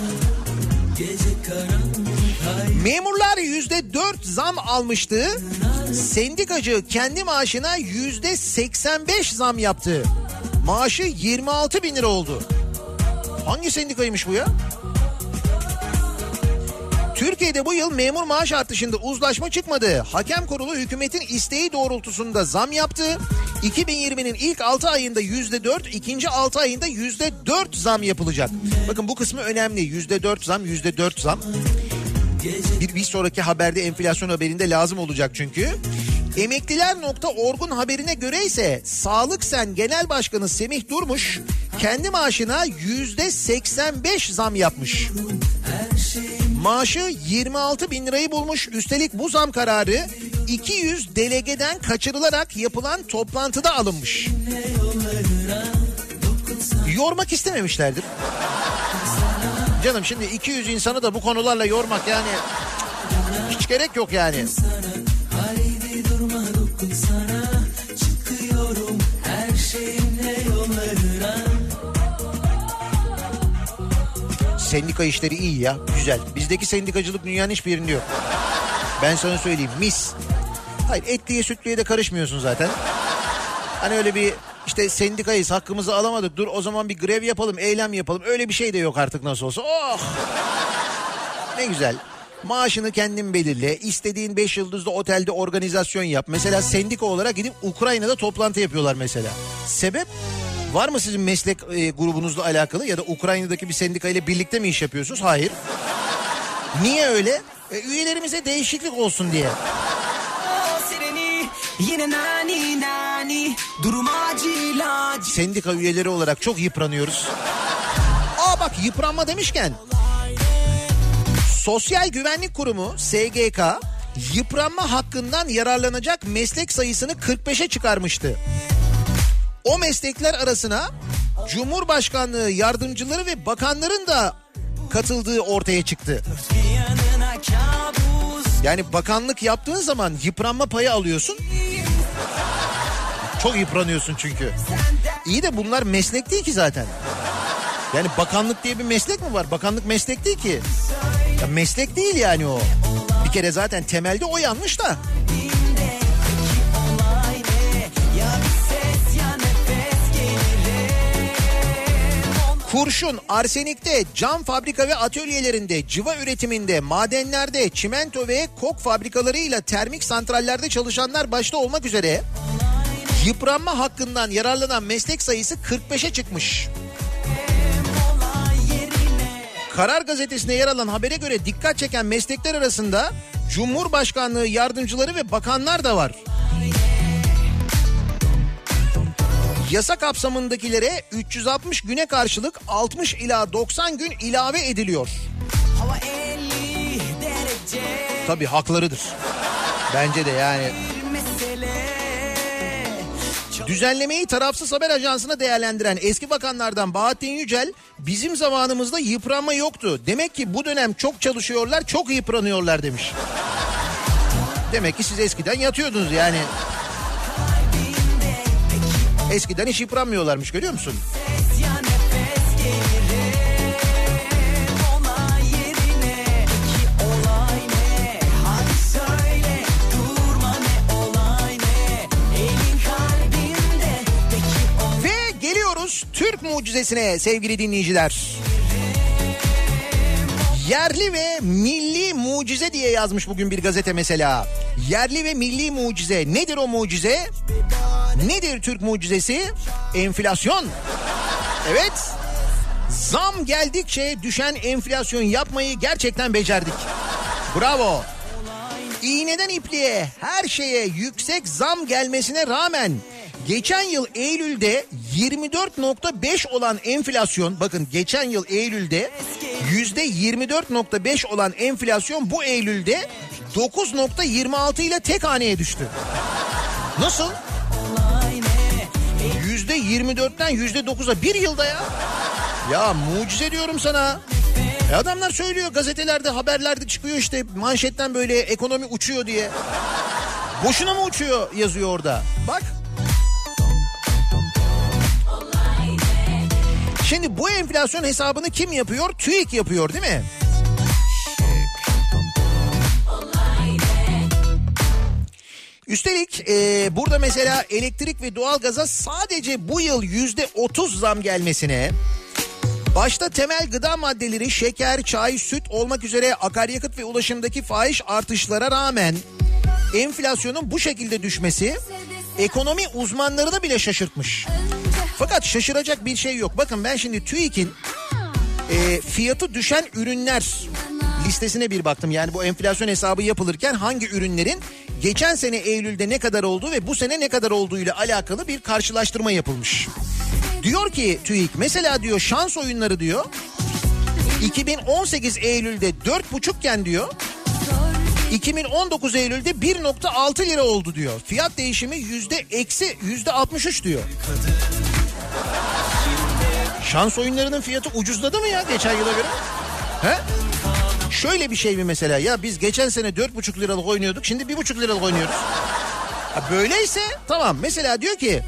Memurlar yüzde dört zam almıştı. Sendikacı kendi maaşına yüzde seksen beş zam yaptı. Maaşı yirmi altı bin lira oldu. Hangi sendikaymış bu ya? Türkiye'de bu yıl memur maaş artışında uzlaşma çıkmadı. Hakem Kurulu hükümetin isteği doğrultusunda zam yaptı. iki bin yirminin ilk altı ayında yüzde dört, ikinci altı ayında yüzde dört zam yapılacak. Bakın bu kısmı önemli. yüzde dört zam, yüzde dört zam. Bir, bir sonraki haberde, enflasyon haberinde lazım olacak çünkü. Emekliler nokta org'un haberine göre ise Sağlık Sen Genel Başkanı Semih Durmuş kendi maaşına yüzde seksen beş zam yapmış. Maaşı yirmi altı bin lirayı bulmuş. Üstelik bu zam kararı iki yüz delegeden kaçırılarak yapılan toplantıda alınmış. Yormak istememişlerdir. Canım şimdi iki yüz insanı da bu konularla yormak yani hiç gerek yok yani. Sendika işleri iyi ya, güzel. Bizdeki sendikacılık dünyanın hiçbir yerinde yok. Ben sana söyleyeyim, mis. Hayır, etliye sütlüye de karışmıyorsun zaten. Hani öyle bir işte sendikayız, hakkımızı alamadık, dur o zaman bir grev yapalım, eylem yapalım. Öyle bir şey de yok artık nasıl olsa. Oh! Ne güzel. Maaşını kendin belirle. İstediğin beş yıldızlı otelde organizasyon yap. Mesela sendika olarak gidip Ukrayna'da toplantı yapıyorlar mesela. Sebep? Var mı sizin meslek e, grubunuzla alakalı ya da Ukrayna'daki bir sendika ile birlikte mi iş yapıyorsunuz? Hayır. Niye öyle? E, üyelerimize değişiklik olsun diye. Sendika üyeleri olarak çok yıpranıyoruz. Aa bak, yıpranma demişken, Sosyal Güvenlik Kurumu S G K yıpranma hakkından yararlanacak meslek sayısını kırk beşe çıkarmıştı. O meslekler arasına Cumhurbaşkanlığı yardımcıları ve bakanların da katıldığı ortaya çıktı. Yani bakanlık yaptığın zaman yıpranma payı alıyorsun. Çok yıpranıyorsun çünkü. İyi de bunlar meslek değil ki zaten. Yani bakanlık diye bir meslek mi var? Bakanlık meslek değil ki. Ya meslek değil yani o. Bir kere zaten temelde o yanlış da. Kurşun, arsenikte, cam fabrika ve atölyelerinde, cıva üretiminde, madenlerde, çimento ve kok fabrikalarıyla termik santrallerde çalışanlar başta olmak üzere yıpranma hakkından yararlanan meslek sayısı kırk beşe çıkmış. Karar Gazetesi'ne yer alan habere göre dikkat çeken meslekler arasında Cumhurbaşkanlığı yardımcıları ve bakanlar da var. Yasa kapsamındakilere üç yüz altmış güne karşılık altmış ila doksan gün ilave ediliyor. Tabii haklarıdır. Bence de yani. Düzenlemeyi Tarafsız Haber Ajansı'na değerlendiren eski bakanlardan Bahattin Yücel, bizim zamanımızda yıpranma yoktu. Demek ki bu dönem çok çalışıyorlar, çok yıpranıyorlar demiş. Demek ki siz eskiden yatıyordunuz yani. Eskiden hiç yıpranmıyorlarmış, görüyor musun? Ve geliyoruz Türk mucizesine sevgili dinleyiciler. Yerli ve milli mucize diye yazmış bugün bir gazete mesela. Yerli ve milli mucize. Nedir o mucize? Nedir Türk mucizesi? Enflasyon. Evet. Zam geldikçe düşen enflasyon yapmayı gerçekten becerdik. Bravo. İğneden ipliğe, her şeye yüksek zam gelmesine rağmen geçen yıl Eylül'de yirmi dört nokta beş olan enflasyon, bakın geçen yıl Eylül'de yüzde yirmi dört nokta beş olan enflasyon bu Eylül'de dokuz nokta yirmi altı ile tek haneye düştü. Nasıl? yüzde yirmi dörtten yüzde dokuza bir yılda ya. Ya mucize diyorum sana. E adamlar söylüyor, gazetelerde, haberlerde çıkıyor işte, manşetten böyle ekonomi uçuyor diye. Boşuna mı uçuyor yazıyor orada. Bak. Şimdi bu enflasyon hesabını kim yapıyor? TÜİK yapıyor değil mi? Üstelik e, burada mesela elektrik ve doğalgaza sadece bu yıl yüzde otuz zam gelmesine, Başta temel gıda maddeleri, şeker, çay, süt olmak üzere akaryakıt ve ulaşımdaki fahiş artışlara rağmen enflasyonun bu şekilde düşmesi ekonomi uzmanlarını bile şaşırtmış. Fakat şaşıracak bir şey yok. Bakın ben şimdi TÜİK'in e, fiyatı düşen ürünler listesine bir baktım. Yani bu enflasyon hesabı yapılırken hangi ürünlerin geçen sene Eylül'de ne kadar olduğu ve bu sene ne kadar olduğuyla alakalı bir karşılaştırma yapılmış. Diyor ki TÜİK, mesela diyor şans oyunları diyor iki bin on sekiz Eylül'de dört buçukken diyor iki bin on dokuz Eylül'de bir nokta altı lira oldu diyor. Fiyat değişimi yüzde eksi yüzde altmış üç diyor. Şans oyunlarının fiyatı ucuzladı mı ya geçen yıla göre? He? Şöyle bir şey mi mesela, ya biz geçen sene dört buçuk liralık oynuyorduk, şimdi bir buçuk liralık oynuyoruz. Ha böyleyse tamam. Mesela diyor ki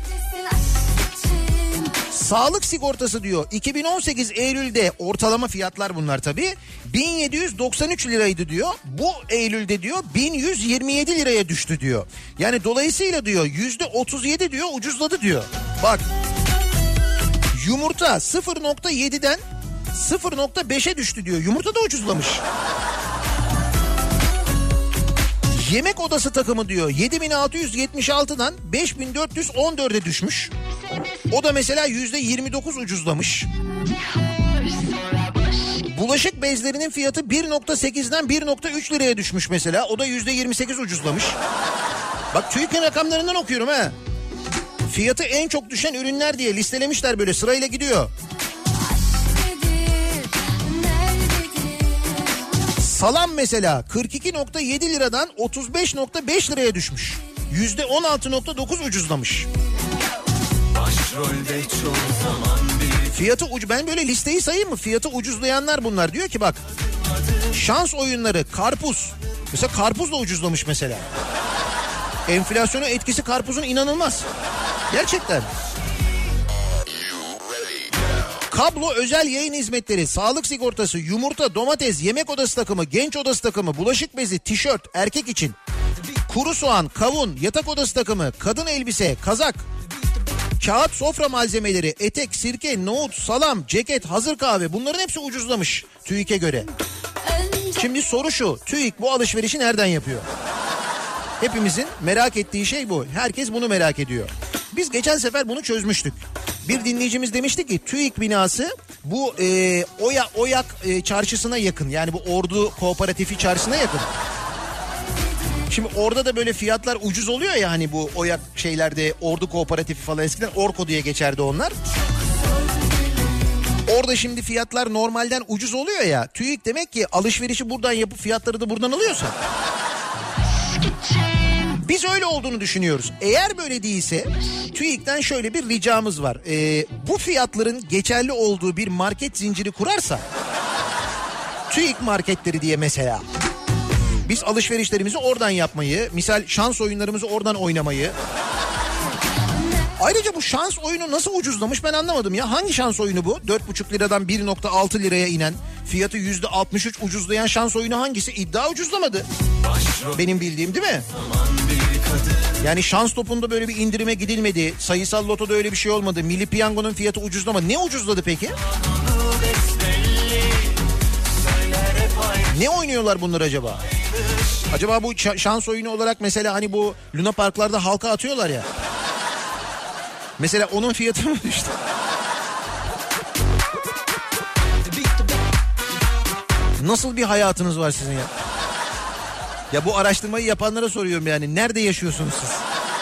sağlık sigortası diyor iki bin on sekiz Eylül'de ortalama fiyatlar bunlar tabii bin yedi yüz doksan üç liraydı diyor. Bu Eylül'de diyor bin yüz yirmi yedi liraya düştü diyor. Yani dolayısıyla diyor yüzde otuz yedi diyor ucuzladı diyor. Bak yumurta sıfır nokta yediden sıfır nokta beşe düştü diyor. Yumurta da ucuzlamış. Yemek odası takımı diyor yedi bin altı yüz yetmiş altıdan beş bin dört yüz on dörde düşmüş. O da mesela yüzde yirmi dokuz ucuzlamış. Bulaşık bezlerinin fiyatı bir nokta sekizden bir nokta üç liraya düşmüş mesela. O da yüzde yirmi sekiz ucuzlamış. Bak TÜİK'in rakamlarından okuyorum ha. Fiyatı en çok düşen ürünler diye listelemişler, böyle sırayla gidiyor. Salam mesela kırk iki nokta yedi liradan otuz beş nokta beş liraya düşmüş. yüzde on altı nokta dokuz ucuzlamış. Fiyatı ucu, ben böyle listeyi sayayım mı? Fiyatı ucuzlayanlar bunlar. Diyor ki bak, şans oyunları, karpuz. Mesela karpuz da ucuzlamış mesela. Enflasyona etkisi karpuzun inanılmaz. Gerçekten. Kablo özel yayın hizmetleri, sağlık sigortası, yumurta, domates, yemek odası takımı, genç odası takımı, bulaşık bezi, tişört erkek için, kuru soğan, kavun, yatak odası takımı, kadın elbise, kazak, kağıt sofra malzemeleri, etek, sirke, nohut, salam, ceket, hazır kahve, bunların hepsi ucuzlamış TÜİK'e göre. Şimdi soru şu, TÜİK bu alışverişi nereden yapıyor? Hepimizin merak ettiği şey bu. Herkes bunu merak ediyor. Biz geçen sefer bunu çözmüştük. Bir dinleyicimiz demişti ki TÜİK binası bu e, Oya Oyak e, çarşısına yakın. Yani bu Ordu Kooperatifi çarşısına yakın. Şimdi orada da böyle fiyatlar ucuz oluyor ya, hani bu Oyak şeylerde, Ordu Kooperatifi falan, eskiden Orko diye geçerdi onlar. Orada şimdi fiyatlar normalden ucuz oluyor ya. TÜİK demek ki alışverişi buradan yapıp fiyatları da buradan alıyorsa. Biz öyle olduğunu düşünüyoruz. Eğer böyle değilse TÜİK'ten şöyle bir ricamız var. Ee, bu fiyatların geçerli olduğu bir market zinciri kurarsa, TÜİK marketleri diye mesela, biz alışverişlerimizi oradan yapmayı, misal şans oyunlarımızı oradan oynamayı. Ayrıca bu şans oyunu nasıl ucuzlamış ben anlamadım ya. Hangi şans oyunu bu? dört buçuk liradan bir nokta altı liraya inen, fiyatı yüzde altmış üç ucuzlayan şans oyunu hangisi? İddia ucuzlamadı. Benim bildiğim, değil mi? Yani şans topunda böyle bir indirime gidilmedi. Sayısal lotoda öyle bir şey olmadı. Milli Piyango'nun fiyatı ucuzlamadı. Ne ucuzladı peki? Ne oynuyorlar bunlar acaba? Acaba bu şans oyunu olarak mesela hani bu Luna Parklarda halka atıyorlar ya. Mesela onun fiyatı mı düştü? Nasıl bir hayatınız var sizin ya? Ya bu araştırmayı yapanlara soruyorum yani. Nerede yaşıyorsunuz siz?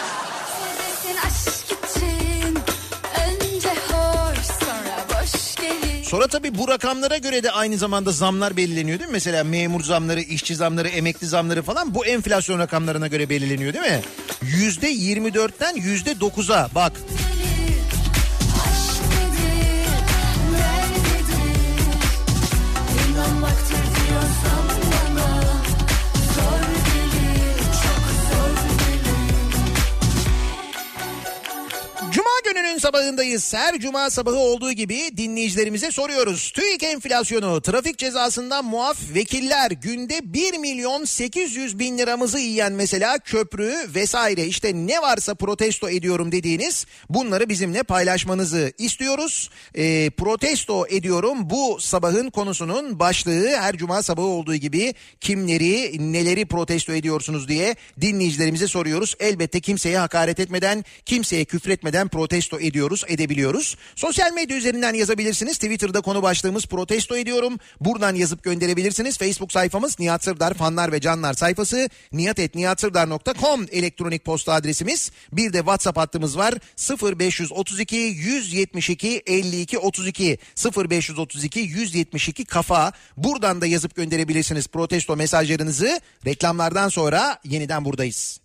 Sonra tabii bu rakamlara göre de aynı zamanda zamlar belirleniyor değil mi? Mesela memur zamları, işçi zamları, emekli zamları falan bu enflasyon rakamlarına göre belirleniyor değil mi? Yüzde yirmi dörtten yüzde dokuza bak. sabahındayız. Her cuma sabahı olduğu gibi dinleyicilerimize soruyoruz. TÜİK enflasyonu, trafik cezasından muaf vekiller günde bir milyon sekiz yüz bin liramızı yiyen mesela köprü vesaire işte ne varsa protesto ediyorum dediğiniz bunları bizimle paylaşmanızı istiyoruz. E, protesto ediyorum bu sabahın konusunun başlığı. Her cuma sabahı olduğu gibi kimleri neleri protesto ediyorsunuz diye dinleyicilerimize soruyoruz. Elbette kimseye hakaret etmeden, kimseye küfretmeden protesto ediyoruz, edebiliyoruz. Sosyal medya üzerinden yazabilirsiniz. Twitter'da konu başlığımız protesto ediyorum. Buradan yazıp gönderebilirsiniz. Facebook sayfamız Nihat Sırdar fanlar ve canlar sayfası. nihat et nihat sırdar nokta com elektronik posta adresimiz. Bir de WhatsApp hattımız var. sıfır beş otuz iki yüz yetmiş iki elli iki otuz iki sıfır beş otuz iki yüz yetmiş iki kafa. Buradan da yazıp gönderebilirsiniz protesto mesajlarınızı. Reklamlardan sonra yeniden buradayız.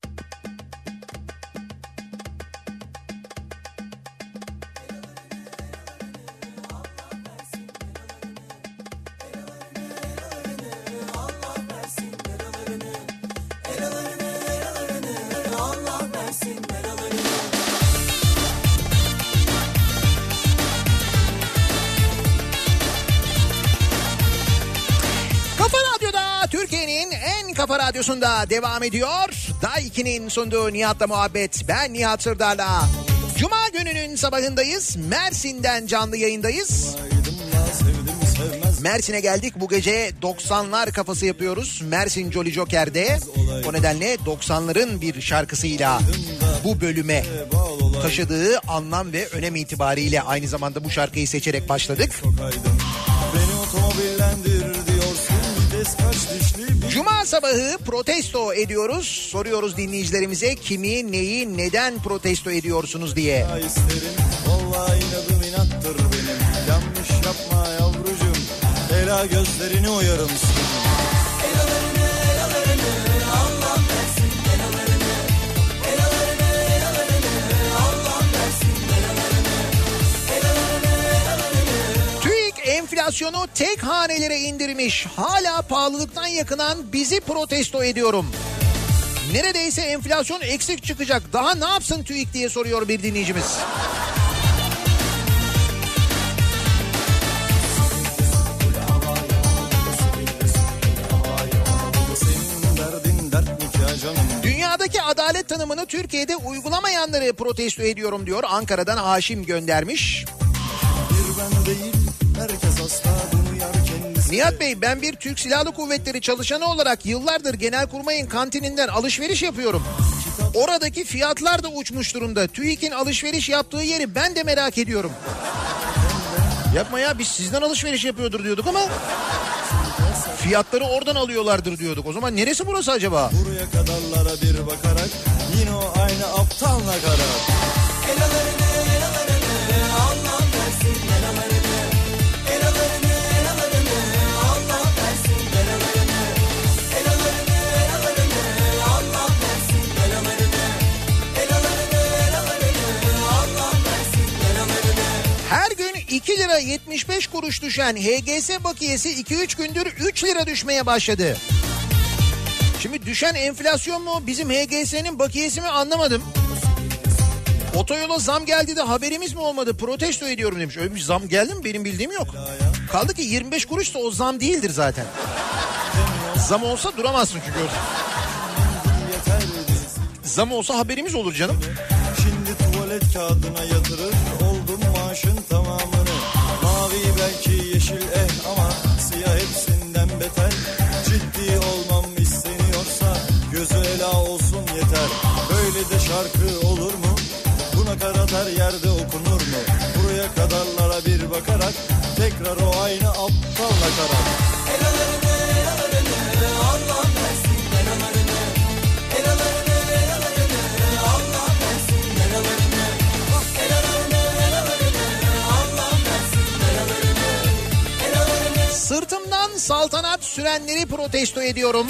Kafa Radyosu'nda devam ediyor. Daiki'nin sunduğu Nihat'la muhabbet. Ben Nihat Sırdar'la. Cuma gününün sabahındayız. Mersin'den canlı yayındayız. Mersin'e geldik. Bu gece doksanlar kafası yapıyoruz. Mersin Jolly Joker'de. O nedenle doksanların bir şarkısıyla bu bölüme taşıdığı anlam ve önem itibariyle aynı zamanda bu şarkıyı seçerek başladık. Beni otomobillendir diyorsun. Cuma sabahı protesto ediyoruz. Soruyoruz dinleyicilerimize kimi, neyi, neden protesto ediyorsunuz diye. Vallahi inadım inattır benim. Yanlış yapma yavrucuğum. Ela gözlerini oyarım senin. Elalarını, elalarını, Allah versin elalarını. Elalarını, elalarını, Allah versin elalarını. Elalarını, elalarını. TÜİK enflasyonu tek hanelere indirmiş. Hala pahalılıktan yakınan bizi protesto ediyorum. Neredeyse enflasyon eksik çıkacak. Daha ne yapsın TÜİK diye soruyor bir dinleyicimiz. Dünyadaki adalet tanımını Türkiye'de uygulamayanları protesto ediyorum diyor. Ankara'dan Haşim göndermiş. Bir ben değil, herkes hasta, bunu yar kendisi. Nihat Bey, ben bir Türk Silahlı Kuvvetleri çalışanı olarak yıllardır Genelkurmay'ın kantininden alışveriş yapıyorum. Oradaki fiyatlar da uçmuş durumda. TÜİK'in alışveriş yaptığı yeri ben de merak ediyorum. Yapma ya, biz sizden alışveriş yapıyordur diyorduk ama fiyatları oradan alıyorlardır diyorduk. O zaman neresi burası acaba? Buraya kadarlara bir bakarak yine o aynı aptal nakarat. Elalarını, elalarını, Allah versin elalarını. Elalarını, elalarını, Allah versin elalarını. Elalarını, elalarını, Allah versin elalarını. Elalarını, elalarını, Allah versin elalarını. Her gün iki lira yetmiş beş kuruş düşen H G S bakiyesi iki üç gündür üç lira düşmeye başladı. Şimdi düşen enflasyon mu, bizim H G S'nin bakiyesi mi anlamadım. Otoyola zam geldi de haberimiz mi olmadı? Protesto ediyorum demiş. Öyle bir zam geldi mi? Benim bildiğim yok. Kaldı ki yirmi beş kuruş da o zam değildir zaten. Zam olsa duramazsın çünkü. Zam olsa haberimiz olur canım. Şimdi tuvalet kağıdına yatırır oldum maaşın tamamını. Mavi belki yeşil eh ama siyah hepsinden beter. Ciddi olmam isteniyorsa gözü ela olsun yeter. Böyle de şarkı olur mu? Bu nakarat her yerde okunur mu? Buraya kadarlara bir bakarak tekrar o aynı aptal nakarat. Elalarını, elalarını, Allah versin elalarını. Elalarını, elalarını, Allah versin elalarını. Elalarını, elalarını, Allah versin elalarını. Elalarını. Sırtımdan saltanat sürenleri protesto ediyorum.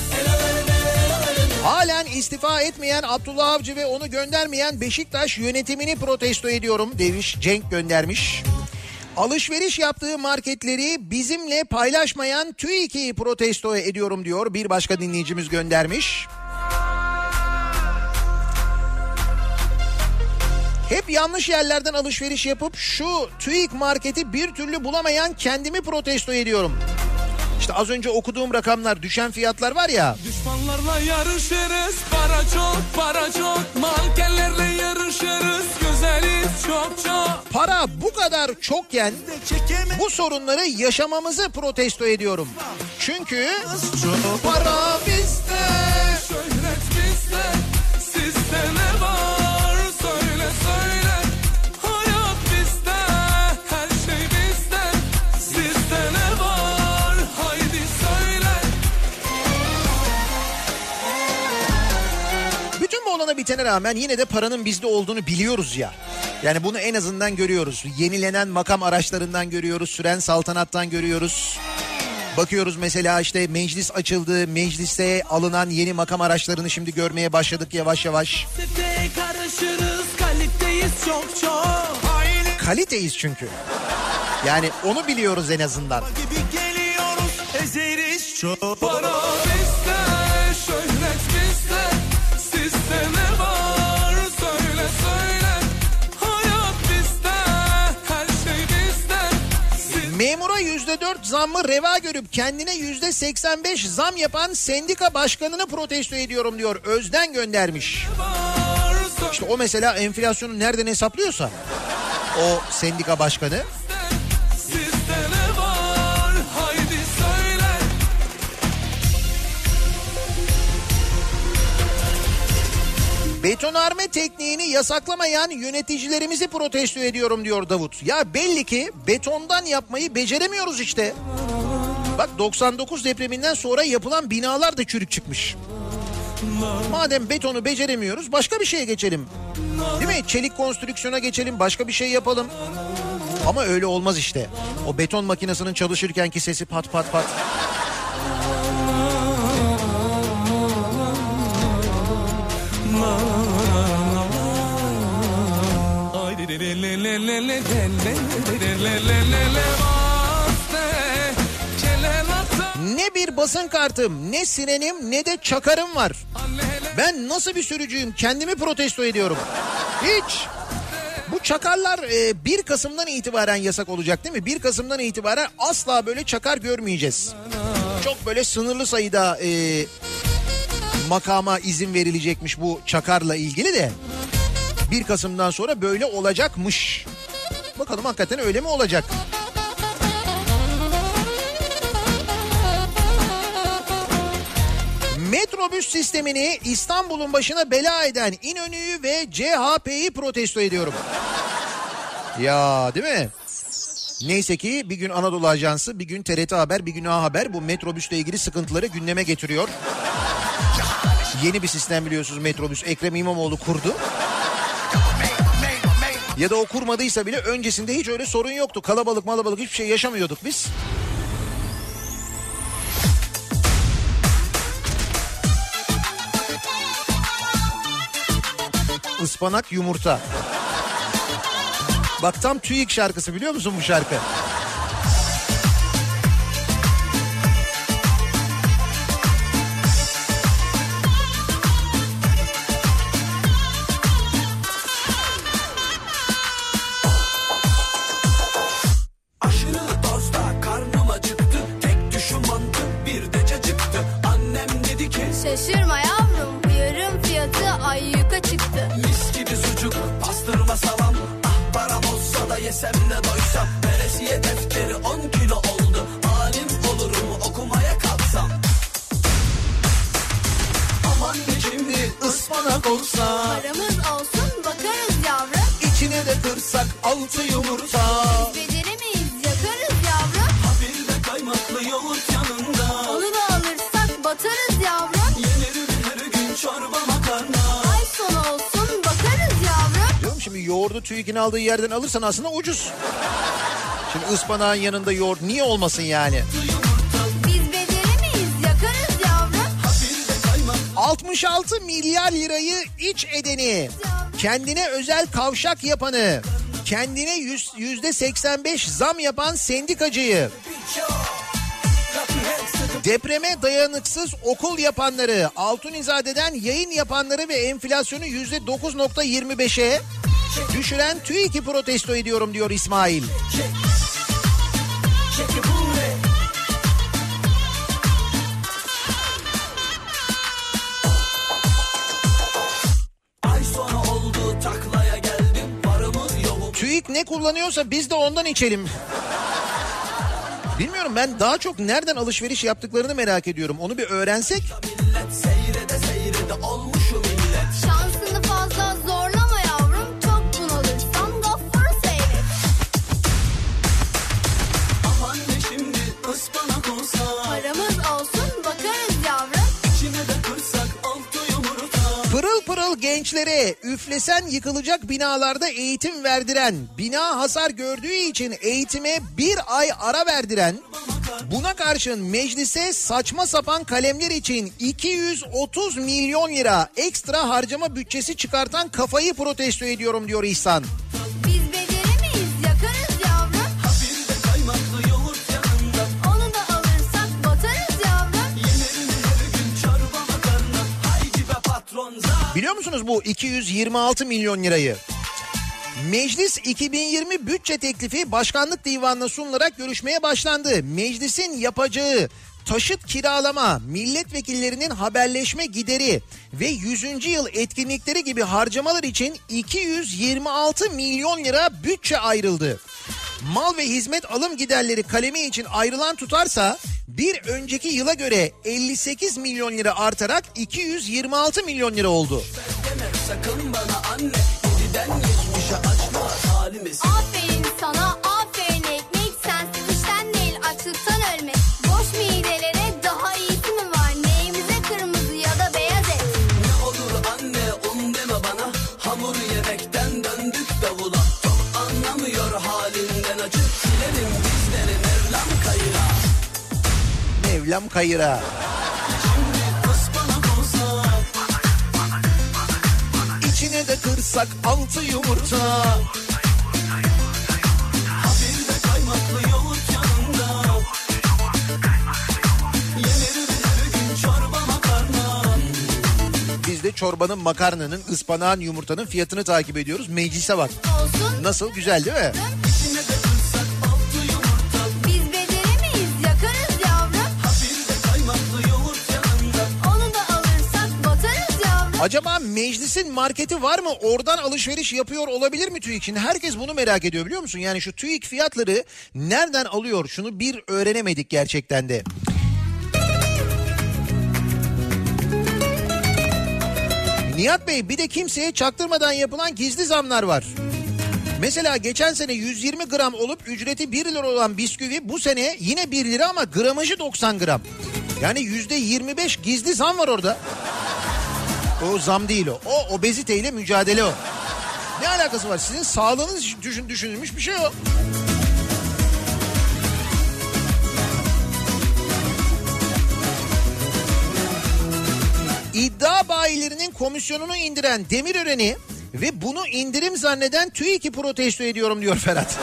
Halen istifa etmeyen Abdullah Avcı ve onu göndermeyen Beşiktaş yönetimini protesto ediyorum demiş, Cenk göndermiş. Alışveriş yaptığı marketleri bizimle paylaşmayan TÜİK'i protesto ediyorum diyor bir başka dinleyicimiz göndermiş. Hep yanlış yerlerden alışveriş yapıp şu TÜİK marketi bir türlü bulamayan kendimi protesto ediyorum. İşte az önce okuduğum rakamlar, düşen fiyatlar var ya. Düşmanlarla yarışırız, para çok, para çok. Mankenlerle yarışırız, güzeliz çok çok. Para bu kadar çokken bu sorunları yaşamamızı protesto ediyorum. Çünkü para bizde, Şöhret bizde, sizde ne var? Söyle söyle. Hayat bizde, her şey bizde. Sizde ne var? Haydi söyle. bütün bu olana bitene rağmen yine de paranın bizde olduğunu biliyoruz ya. Yani bunu en azından görüyoruz. Yenilenen makam araçlarından görüyoruz, süren saltanattan görüyoruz. Bakıyoruz mesela işte meclis açıldı, mecliste alınan yeni makam araçlarını şimdi görmeye başladık yavaş yavaş. Sete karışırız, kaliteyiz çok çok. Kaliteyiz çünkü. Yani onu biliyoruz en azından. Gibi geliyoruz, ezeriz çok. Para bizde, şöhret bizde. Sizde ne var? Söyle söyle. Hayat bizde, her şey bizde. Siz Memura yüzde dört zammı reva görüp kendine yüzde seksen beş zam yapan sendika başkanını protesto ediyorum diyor. Özden göndermiş. var, söyle. İşte o mesela enflasyonu nereden hesaplıyorsa o sendika başkanı. Sizde ne var? Haydi söyle. Betonarme tekniğini yasaklamayan yöneticilerimizi protesto ediyorum diyor Davut. Ya belli ki betondan yapmayı beceremiyoruz işte. Bak doksan dokuz depreminden sonra yapılan binalar da çürük çıkmış. Madem betonu beceremiyoruz başka bir şeye geçelim. Değil mi? Çelik konstrüksiyona geçelim, başka bir şey yapalım. Ama öyle olmaz işte. O beton makinesinin çalışırkenki sesi pat pat pat. Ne bir basın kartım, ne sinenim, ne de çakarım var. Ben nasıl bir sürücüyüm, kendimi protesto ediyorum. Hiç. Bu çakarlar e, bir Kasım'dan itibaren yasak olacak değil mi? bir Kasım'dan itibaren asla böyle çakar görmeyeceğiz. Çok böyle sınırlı sayıda e, makama izin verilecekmiş bu çakarla ilgili de. bir Kasım'dan sonra böyle olacakmış. Bakalım hakikaten öyle mi olacak? Metrobüs sistemini İstanbul'un başına bela eden İnönü'yü ve C H P'yi protesto ediyorum. Ya değil mi? Neyse ki bir gün Anadolu Ajansı, bir gün T R T Haber, bir gün A Haber bu metrobüsle ilgili sıkıntıları gündeme getiriyor. Yeni bir sistem biliyorsunuz metrobüs. Ekrem İmamoğlu kurdu. Ya da o kurmadıysa bile öncesinde hiç öyle sorun yoktu. Kalabalık malabalık hiçbir şey yaşamıyorduk biz. Ispanak yumurta. Bak tam TÜİK şarkısı, biliyor musun bu şarkı? Aşırı dozda karnım acıktı. Tek düşüm mantı, bir de cacıktı. Annem dedi ki Şaşırma yavrum, bu yarım fiyatı ayyuka çıktı. mis gibi sucuk, pastırma salam. Ah param olsa da yesem de doysam. Veresiye defteri on kilo oldu. Alim olurum okumaya kalksam. Aman ne şimdi ıspanak olsa. Paramız olsun bakarız yavrum. İçine de kırsak altı yumurta. Beceremeyiz yakarız yavrum. Ha bir de kaymaklı yoğurt yanında. Onu da alırsak batarız yavrum. Yenir her gün çorba makarna. Ay sonu olsun bakarız yavrum. Diyorum şimdi yoğurdu TÜİK'in aldığı yerden alırsan aslında ucuz. Şimdi ıspanağın yanında yoğurt niye olmasın yani? Biz beceremeyiz yakarız yavrum. altmış altı milyar lirayı iç edeni, kendine özel kavşak yapanı, kendine yüzde seksen beş zam yapan sendikacıyı, depreme dayanıksız okul yapanları, Altunizade'den yayın yapanları ve enflasyonu yüzde dokuz nokta yirmi beşe, Düşüren TÜİK'i protesto ediyorum diyor İsmail. TÜİK ne kullanıyorsa biz de ondan içelim. Bilmiyorum, ben daha çok nereden alışveriş yaptıklarını merak ediyorum. Onu bir öğrensek. Şansını fazla zorlama yavrum. Çok bunalırsan gaffuru seyret. Aman ne şimdi ıspanak olsa. Paramız olsun bakarız yavrum. İçine de kırsak altı yumurta. Pırıl pırıl gençlere üflesen yıkılacak binalarda eğitim verdiren, bina hasar gördüğü için eğitime bir ay ara verdiren, buna karşın meclise saçma sapan kalemler için iki yüz otuz milyon lira ekstra harcama bütçesi çıkartan kafayı protesto ediyorum diyor İhsan. Biz beceremeyiz yakarız yavrum. Ha bir de kaymaklı yoğurt yanında. Onu da alırsak batarız yavrum. Yemerim her gün çorba makarna. Haydi be patron za. Biliyor musunuz bu iki yüz yirmi altı milyon lirayı? Meclis iki bin yirmi bütçe teklifi Başkanlık Divanı'na sunularak görüşmeye başlandı. Meclisin yapacağı taşıt kiralama, milletvekillerinin haberleşme gideri ve yüzüncü yıl etkinlikleri gibi harcamalar için iki yüz yirmi altı milyon lira bütçe ayrıldı. Mal ve hizmet alım giderleri kalemi için ayrılan tutarsa bir önceki yıla göre elli sekiz milyon lira artarak iki yüz yirmi altı milyon lira oldu. Deme sakın bana anne. Yediden yetmişe açma halimiz. Aferin sana aferin ekmek. Sensiz işten değil açlıktan ölmek. Boş midelere daha iyisi mi var? Neyimize kırmızı ya da beyaz et. Ne olur anne un deme bana. Hamur yemekten döndük davula. Çok anlamıyor halinden acı. Silerim bizleri Mevlam kayıra. Mevlam kayıra. Ispanak olsa. İçine de kırsak altı yumurta. Ha bir de kaymaklı yoğurt yanında. Yemerim her gün çorba makarna. Biz de çorbanın, makarnanın, ıspanağın, yumurtanın fiyatını takip ediyoruz. Meclise bak. Olsun. Nasıl, güzel değil mi? İçine de kırsak altı yumurta. Biz beceremeyiz yakarız yavrum. Ha bir de kaymaklı yoğurt yanında. Onu da alırsak batarız yavrum. Acaba meclisin marketi var mı? Oradan alışveriş yapıyor olabilir mi TÜİK? Şimdi herkes bunu merak ediyor, biliyor musun? Yani şu TÜİK fiyatları nereden alıyor? Şunu bir öğrenemedik gerçekten de. Nihat Bey, bir de kimseye çaktırmadan yapılan gizli zamlar var. Mesela geçen sene yüz yirmi gram olup ücreti bir lira olan bisküvi bu sene yine bir lira ama gramajı doksan gram. Yani yüzde yirmi beş gizli zam var orada. O zam değil o. O obeziteyle mücadele o. Ne alakası var? Sizin sağlığınız için düşün, düşünülmüş bir şey o. İddia bayilerinin komisyonunu indiren Demirören'i ve bunu indirim zanneden TÜİK'i protesto ediyorum diyor Ferhat.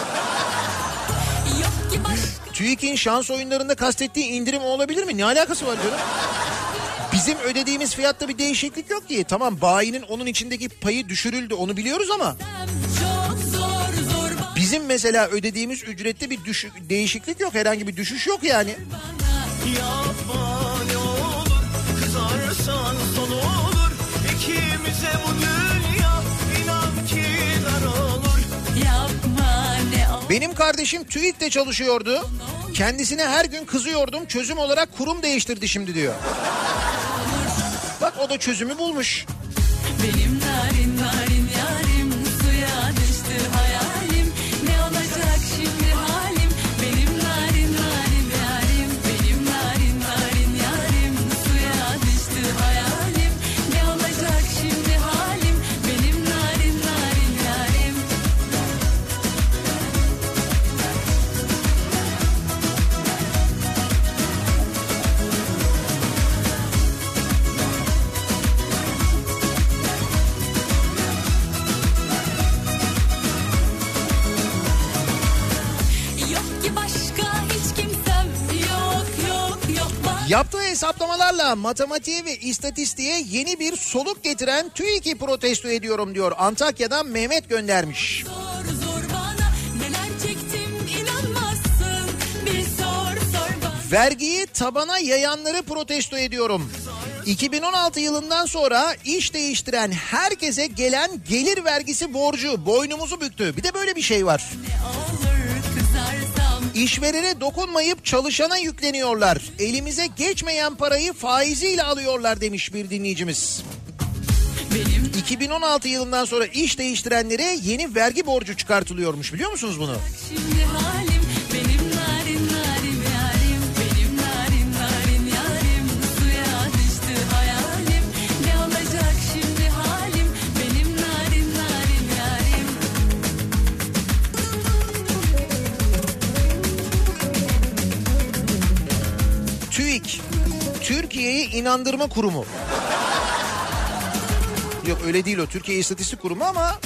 TÜİK'in şans oyunlarında kastettiği indirim olabilir mi? Ne alakası var diyorum. Bizim ödediğimiz fiyatta bir değişiklik yok ki. Tamam, bayinin onun içindeki payı düşürüldü, onu biliyoruz ama bizim mesela ödediğimiz ücrette bir düşük, değişiklik yok. Herhangi bir düşüş yok yani. Yapma ne olur, kızarsan son olur. İkimize bu dünya inan ki dar olur. Yapma ne olur. Benim kardeşim TÜİK'te çalışıyordu. Kendisine her gün kızıyordum. Çözüm olarak kurum değiştirdi şimdi diyor. Bak, o da çözümü bulmuş. Benim narin narin yarim suya düştü hayalim. Ne olacak şimdi halim? Benim narin narin yarim. Benim narin narin yarim suya düştü hayalim. Ne olacak şimdi halim? Benim narin narin yarim. Yaptığı hesaplamalarla matematiğe ve istatistiğe yeni bir soluk getiren TÜİK'i protesto ediyorum diyor. Antakya'dan Mehmet göndermiş. Sor sor bana neler çektim inanmazsın. Bir sor sor bana. Vergiyi tabana yayanları protesto ediyorum. iki bin on altı yılından sonra iş değiştiren herkese gelen gelir vergisi borcu boynumuzu büktü. Bir de böyle bir şey var. İşverene dokunmayıp çalışana yükleniyorlar. Elimize geçmeyen parayı faiziyle alıyorlar demiş bir dinleyicimiz. Benim... iki bin on altı yılından sonra iş değiştirenlere yeni vergi borcu çıkartılıyormuş, biliyor musunuz bunu? Şimdi halim benim narin narin yarim. Benim narin narin yarim. Suya düştü hayalim. Ne olacak şimdi halim? Benim narin narin yarim. TÜİK, Türkiye'yi İnandırma Kurumu. Yok öyle değil o, Türkiye İstatistik Kurumu ama...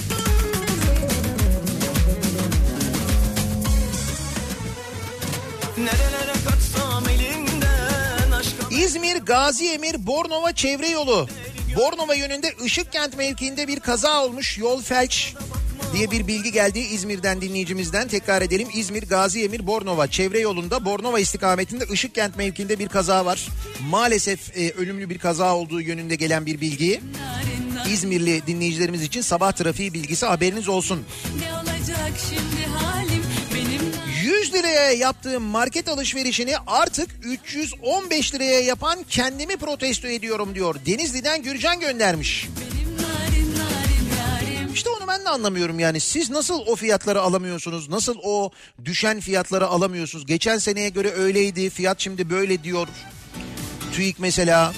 İzmir Gaziemir Bornova çevre yolu. Bornova yönünde Işıkkent mevkiinde bir kaza olmuş, yol felç diye bir bilgi geldi İzmir'den dinleyicimizden. Tekrar edelim, İzmir Gaziemir Bornova çevre yolunda Bornova istikametinde Işıkkent mevkiinde bir kaza var. Maalesef e, ölümlü bir kaza olduğu yönünde gelen bir bilgi. İzmirli dinleyicilerimiz için sabah trafiği bilgisi, haberiniz olsun. Ne olacak şimdi halim? Benim yüz liraya yaptığım market alışverişini artık üç yüz on beş liraya yapan kendimi protesto ediyorum diyor. Denizli'den Gürcan göndermiş. İşte onu ben de anlamıyorum yani. Siz nasıl o fiyatları alamıyorsunuz? Nasıl o düşen fiyatları alamıyorsunuz? Geçen seneye göre öyleydi, fiyat şimdi böyle diyor TÜİK mesela.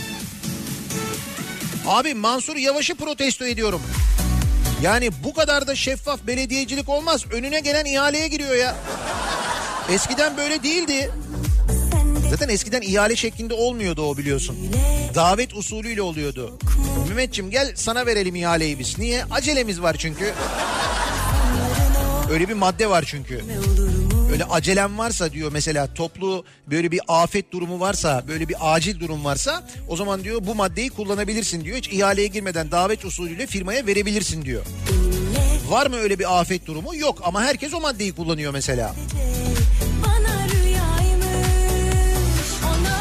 Abi Mansur Yavaş'ı protesto ediyorum. Yani bu kadar da şeffaf belediyecilik olmaz. Önüne gelen ihaleye giriyor ya. Eskiden böyle değildi. Zaten eskiden ihale şeklinde olmuyordu o, biliyorsun. Davet usulüyle oluyordu. Mehmetciğim gel sana verelim ihaleyi biz. Niye? Acelemiz var çünkü. Öyle bir madde var çünkü. Öyle acelem varsa diyor mesela, toplu böyle bir afet durumu varsa, böyle bir acil durum varsa o zaman diyor bu maddeyi kullanabilirsin diyor. Hiç ihaleye girmeden davet usulüyle firmaya verebilirsin diyor. Var mı öyle bir afet durumu? Yok ama herkes o maddeyi kullanıyor mesela. bana rüyaymış ona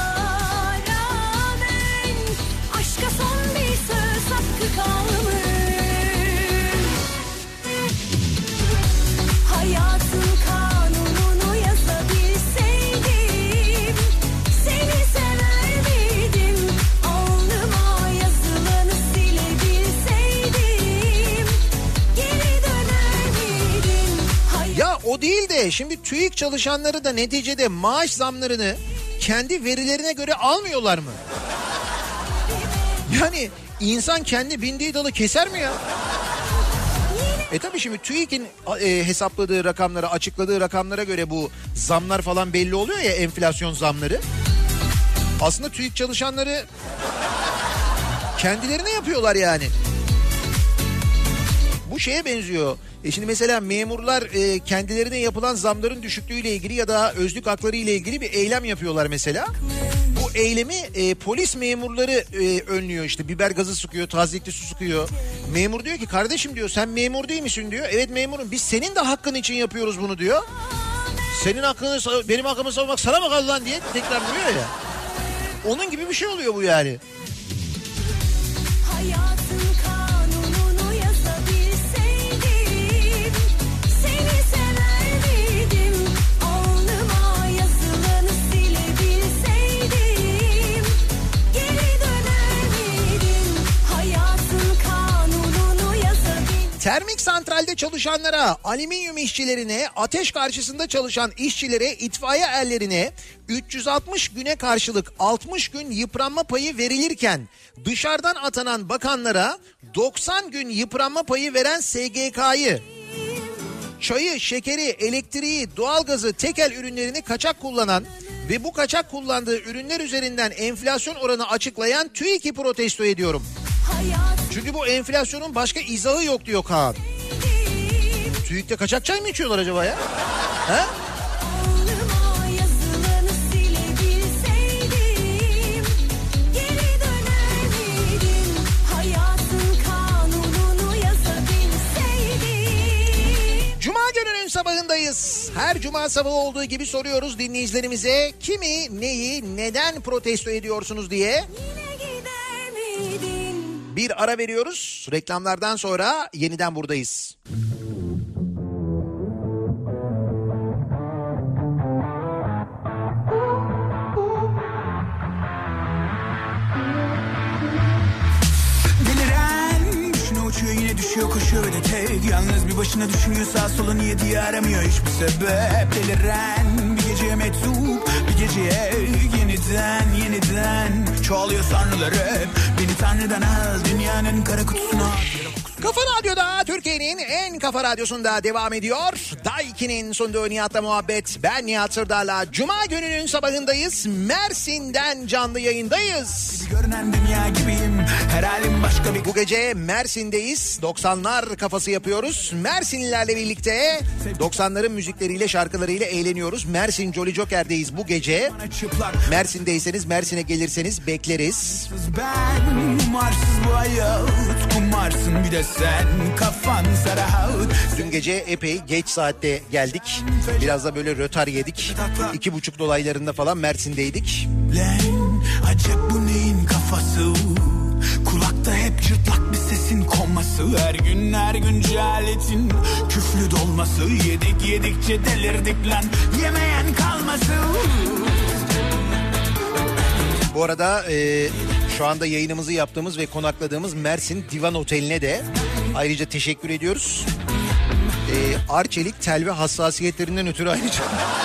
rağmen aşka son bir söz hakkı kalmış. Hayatın kanununu yazabilseydim seni sever miydim? Alnıma yazılanı silebilseydim geri döner miydim? Ya o değil de şimdi TÜİK çalışanları da neticede maaş zamlarını kendi verilerine göre almıyorlar mı? Yani insan kendi bindiği dalı keser mi ya? E tabii şimdi TÜİK'in e, hesapladığı rakamlara, açıkladığı rakamlara göre bu zamlar falan belli oluyor ya, enflasyon zamları. Aslında TÜİK çalışanları kendilerine yapıyorlar yani. Bu şeye benziyor. E şimdi mesela memurlar e, kendilerine yapılan zamların düşüklüğüyle ilgili ya da özlük hakları ile ilgili bir eylem yapıyorlar mesela. Bu eylemi e, polis memurları e, önlüyor, işte biber gazı sıkıyor, tazyikli su sıkıyor. Memur diyor ki kardeşim diyor, sen memur değil misin diyor. Evet memurum, biz senin de hakkın için yapıyoruz bunu diyor. Senin hakkını, benim hakkımı savunmak sana mı kaldı lan diye tekrar vuruyor ya. Onun gibi bir şey oluyor bu yani. Hayatın kanununu yazabilseydim seni sever miydim? Alnıma yazılanı silebilseydim geri döner miydim? Hayatın kanununu yazabilseydim. Termik santralde çalışanlara, alüminyum işçilerine, ateş karşısında çalışan işçilere, itfaiye erlerine üç yüz altmış güne karşılık altmış gün yıpranma payı verilirken dışarıdan atanan bakanlara doksan gün yıpranma payı veren S G K'yı, çayı, şekeri, elektriği, doğalgazı, tekel ürünlerini kaçak kullanan ve bu kaçak kullandığı ürünler üzerinden enflasyon oranı açıklayan TÜİK'i protesto ediyorum. Çünkü bu enflasyonun başka izahı yok diyor Kaan. TÜİK'te kaçak çay mı içiyorlar acaba ya? He? Alnıma yazılanı silebilseydim sabahındayız. Her cuma sabahı olduğu gibi soruyoruz dinleyicilerimize kimi, neyi, neden protesto ediyorsunuz diye. Bir ara veriyoruz. Reklamlardan sonra yeniden buradayız. Yine düşüyor koşuyor ve de tek yalnız bir başına düşünüyor sağ sola niye diye aramıyor hiçbir sebep. Deliren bir geceye meczup bir geceye yeniden yeniden çoğalıyor sanrılar hep. Beni Tanrı'dan al dünyanın kara kutusuna. Kafa Radyo'da, Türkiye'nin en kafa radyosunda devam ediyor. Daiki'nin sunduğu Nihat'la muhabbet. Ben Nihat Sırdar'la Cuma gününün sabahındayız. Mersin'den canlı yayındayız. Görünen dünya gibiyim, her halim başka bir... Bu gece Mersin'deyiz. doksanlar kafası yapıyoruz. Mersinlilerle birlikte doksanların müzikleriyle, şarkılarıyla eğleniyoruz. Mersin Jolly Joker'deyiz bu gece. Mersin'deyseniz, Mersin'e gelirseniz bekleriz. Ben umarsız bu hayat, kumarsın bir de sen kafan sarahut. Dün gece epey geç saatte geldik. Biraz da böyle rötar yedik. İki buçuk dolaylarında falan Mersin'deydik. Lan acep bu neyin kafası? Kulakta hep cırtlak bir sesin konması. Her gün her gün cehaletin küflü dolması. Yedik yedikçe delirdik lan, yemeyen kalması. Bu arada e, şu anda yayınımızı yaptığımız ve konakladığımız Mersin Divan Oteli'ne de ayrıca teşekkür ediyoruz. E, Arçelik tel ve hassasiyetlerinden ötürü ayrıca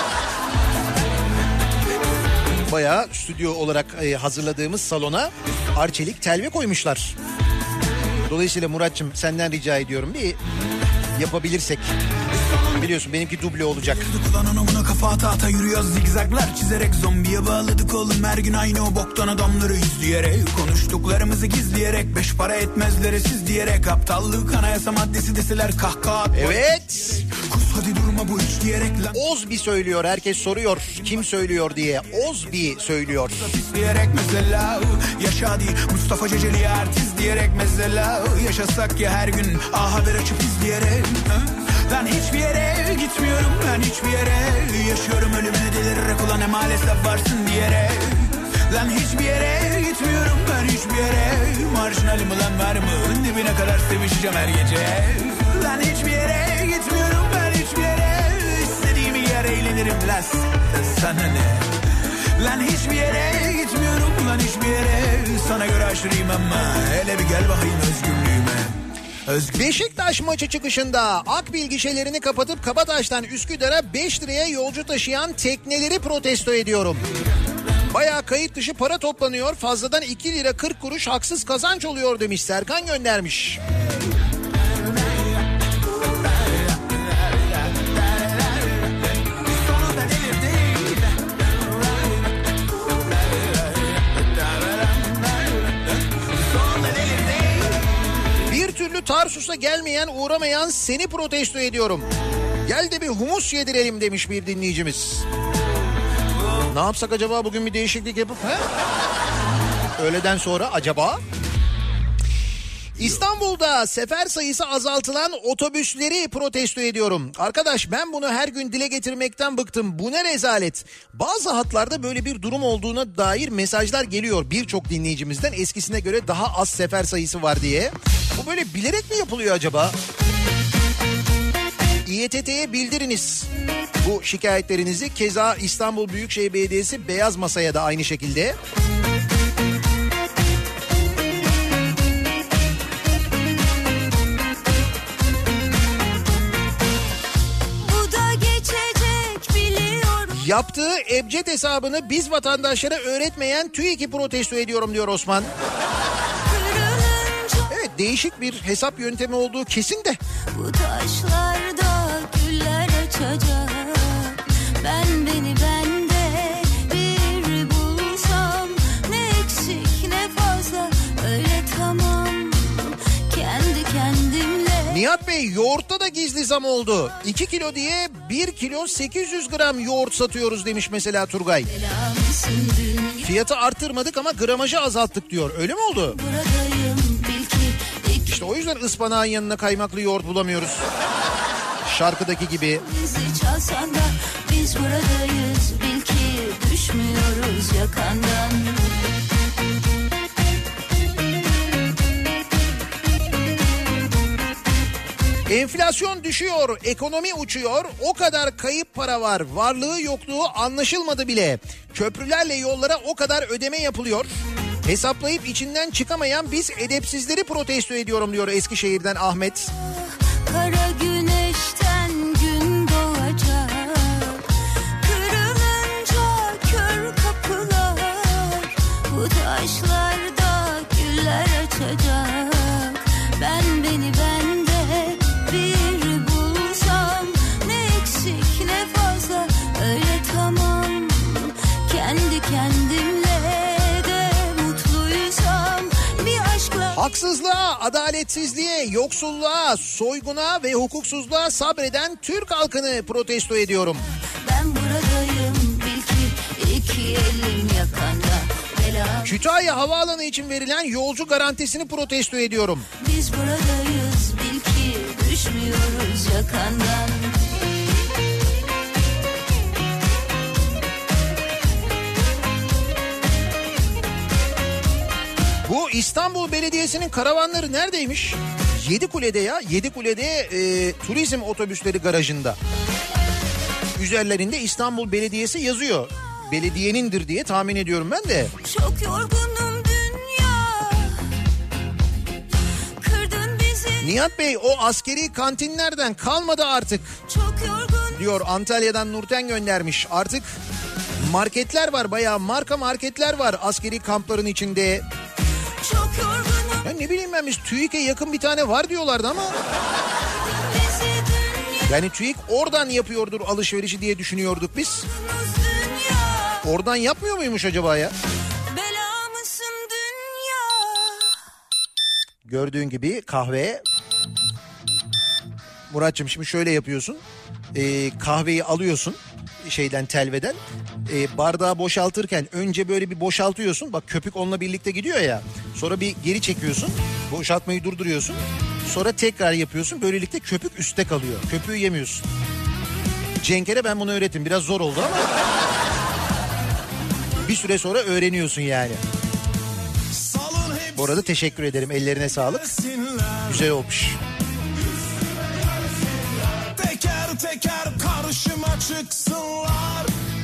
bayağı stüdyo olarak e, hazırladığımız salona Arçelik telve koymuşlar. Dolayısıyla Muratçım senden rica ediyorum bir yapabilirsek. Biliyorsun benimki duble olacak. Ulan ona buna kafa ata ata yürüyoruz zigzaglar çizerek. Zombiye bağladık oğlum her gün aynı o boktan adamları izleyerek. Konuştuklarımızı gizleyerek, beş para etmezlere siz diyerek. Aptallık anayasa maddesi deseler kahkaha. Evet. Kus hadi durma bu hiç diyerek. Ozbi söylüyor, herkes soruyor kim söylüyor diye. Ozbi söylüyor. Diyerek mesela yaşa değil Mustafa Ceceli artist diyerek mesela. Yaşasak ya her gün A Haber açıp izleyerek. Ben hiçbir yere gitmiyorum, ben hiçbir yere yaşıyorum ölümüne delirerek. Ulan ne maalesef varsın diyerek. Lan hiçbir yere gitmiyorum, ben hiçbir yere. Marjinalim ulan var mı? Dibine kadar sevişeceğim her gece. Lan hiçbir yere gitmiyorum, ben hiçbir yere. İstediğim yer eğlenirim lan, sana ne? Lan hiçbir yere gitmiyorum, lan hiçbir yere. Sana göre aşırıyım ama hele bir gel bakayım özgürlüğüme. Beşiktaş maçı çıkışında Akbil gişelerini kapatıp Kabataş'tan Üsküdar'a beş liraya yolcu taşıyan tekneleri protesto ediyorum. Bayağı kayıt dışı para toplanıyor, fazladan iki lira kırk kuruş haksız kazanç oluyor demiş, Serkan göndermiş. Tarsus'a gelmeyen uğramayan seni protesto ediyorum. Gel de bir humus yedirelim demiş bir dinleyicimiz. Ne yapsak acaba bugün bir değişiklik yapıp he? Öğleden sonra acaba? İstanbul'da sefer sayısı azaltılan otobüsleri protesto ediyorum. Arkadaş ben bunu her gün dile getirmekten bıktım. Bu ne rezalet. Bazı hatlarda böyle bir durum olduğuna dair mesajlar geliyor birçok dinleyicimizden, eskisine göre daha az sefer sayısı var diye. Bu böyle bilerek mi yapılıyor acaba? İ E T T'ye bildiriniz bu şikayetlerinizi. Keza İstanbul Büyükşehir Belediyesi Beyaz Masa'ya da aynı şekilde. Yaptığı ebced hesabını biz vatandaşlara öğretmeyen TÜİK'i protesto ediyorum diyor Osman. Evet, değişik bir hesap yöntemi olduğu kesin de. Bu taşlarda güller açacak. Ben beni bende bir bulsam, ne eksik ne fazla öyle tamam. Kendi kendimle. Nihat Bey, yoğurtta da gizli zam oldu. iki kilo diye bir kilo sekiz yüz gram yoğurt satıyoruz demiş mesela Turgay. Fiyatı arttırmadık ama gramajı azalttık diyor. Öyle mi oldu? İşte o yüzden ıspanağın yanına kaymaklı yoğurt bulamıyoruz. şarkıdaki gibi. Bizi çalsan da biz buradayız, bil ki düşmüyoruz yakandan. Enflasyon düşüyor, ekonomi uçuyor, o kadar kayıp para var, varlığı yokluğu anlaşılmadı bile. Köprülerle yollara o kadar ödeme yapılıyor. Hesaplayıp içinden çıkamayan biz edepsizleri protesto ediyorum diyor Eskişehir'den Ahmet. Kara güneşten gün doğacak, kırılınca kör kapılar, bu taşlarda güller açacak. Ben beni bende bir bulsam, ne eksik ne fazla, öyle tamam. Kendi kendimle de mutluysam, bir aşkla... Haksızlığa, adaletsizliğe, yoksulluğa, soyguna ve hukuksuzluğa sabreden Türk halkını protesto ediyorum. Ben buradayım, bil ki iki elim yakanda. Bela... Kütahya Havaalanı için verilen yolcu garantisini protesto ediyorum. Biz buradayız, bil ki düşmüyoruz yakandan. Bu İstanbul Belediyesi'nin karavanları neredeymiş? Yedikule'de ya. Yedikule'de e, turizm otobüsleri garajında. Üzerlerinde İstanbul Belediyesi yazıyor. Belediyenindir diye tahmin ediyorum ben de. Çok yorgunum dünya, kırdın bizi. Nihat Bey, o askeri kantinlerden kalmadı artık. Çok yorgun diyor, Antalya'dan Nurten göndermiş. Artık marketler var, bayağı marka marketler var askeri kampların içinde. Çok yorgunum. Ya ne bileyim ben, biz TÜİK'e yakın bir tane var diyorlardı ama. Yani TÜİK oradan yapıyordur alışverişi diye düşünüyorduk biz. Oradan yapmıyor muymuş acaba ya? Bela mısın dünya? Gördüğün gibi kahve. Muratçım şimdi şöyle yapıyorsun. Ee, kahveyi alıyorsun şeyden, telveden. Ee, bardağı boşaltırken önce böyle bir boşaltıyorsun. Bak köpük onunla birlikte gidiyor ya. Sonra bir geri çekiyorsun. Boşaltmayı durduruyorsun. Sonra tekrar yapıyorsun. Böylelikle köpük üstte kalıyor. Köpüğü yemiyorsun. Cenk'e ben bunu öğrettim. Biraz zor oldu ama bir süre sonra öğreniyorsun yani. Bu arada teşekkür ederim. Ellerine sağlık. Güzel olmuş. Teker teker karşıma çıksınlar.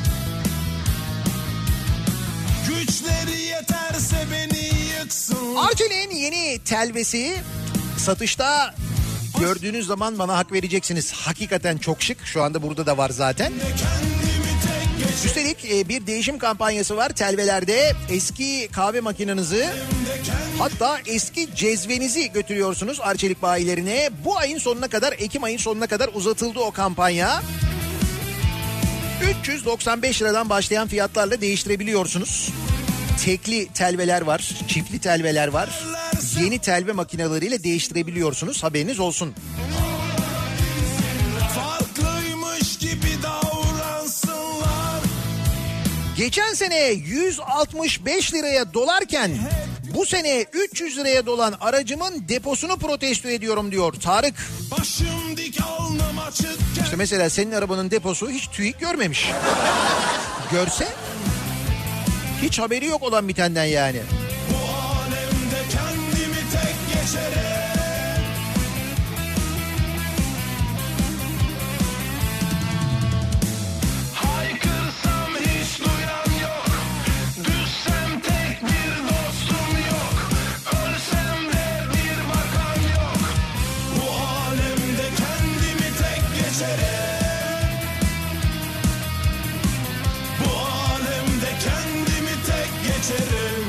Güçleri yeterse beni yıksınlar. Arçelik'in yeni telvesi satışta. Gördüğünüz zaman bana hak vereceksiniz. Hakikaten çok şık. Şu anda burada da var zaten. Üstelik bir değişim kampanyası var telvelerde. Eski kahve makinenizi, hatta eski cezvenizi götürüyorsunuz Arçelik bayilerine. Bu ayın sonuna kadar, Ekim ayın sonuna kadar uzatıldı o kampanya. üç yüz doksan beş liradan başlayan fiyatlarla değiştirebiliyorsunuz. Tekli telveler var, çiftli telveler var. Yeni telve makineleriyle değiştirebiliyorsunuz, haberiniz olsun. Farklıymış gibi davransınlar. Geçen sene yüz altmış beş liraya dolarken bu sene üç yüz liraya dolan aracımın deposunu protesto ediyorum diyor Tarık. Başım dik, alnım açık. İşte mesela senin arabanın deposu hiç TÜİK görmemiş. Görse hiç haberi yok olan bitenden yani. Bu alemde kendimi tek geçerim. Haykırsam hiç duyan yok. Düşsem tek bir dostum yok. Ölsem de bir bakan yok. Bu alemde kendimi tek geçerim. Bu alemde kendimi tek geçerim.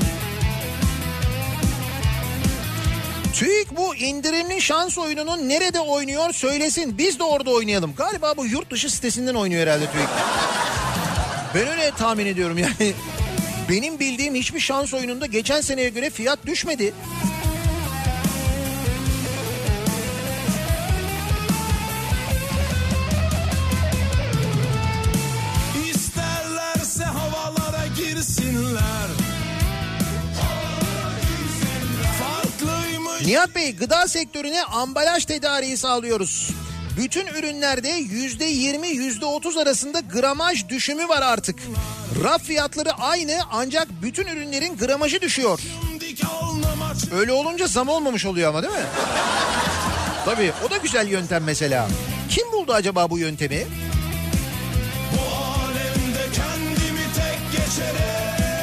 TÜİK bu indirimli şans oyununun nerede oynuyor söylesin, biz de orada oynayalım. Galiba bu yurt dışı sitesinden oynuyor herhalde TÜİK. Ben öyle tahmin ediyorum yani. Benim bildiğim hiçbir şans oyununda geçen seneye göre fiyat düşmedi. İsterlerse havalara girsinler. Nihat Bey, gıda sektörüne ambalaj tedariği sağlıyoruz. Bütün ürünlerde yüzde yirmi yüzde otuz arasında gramaj düşümü var artık. Raf fiyatları aynı ancak bütün ürünlerin gramajı düşüyor. Öyle olunca zam olmamış oluyor ama değil mi? Tabii o da güzel yöntem mesela. Kim buldu acaba bu yöntemi? Bu alemde kendimi tek geçerek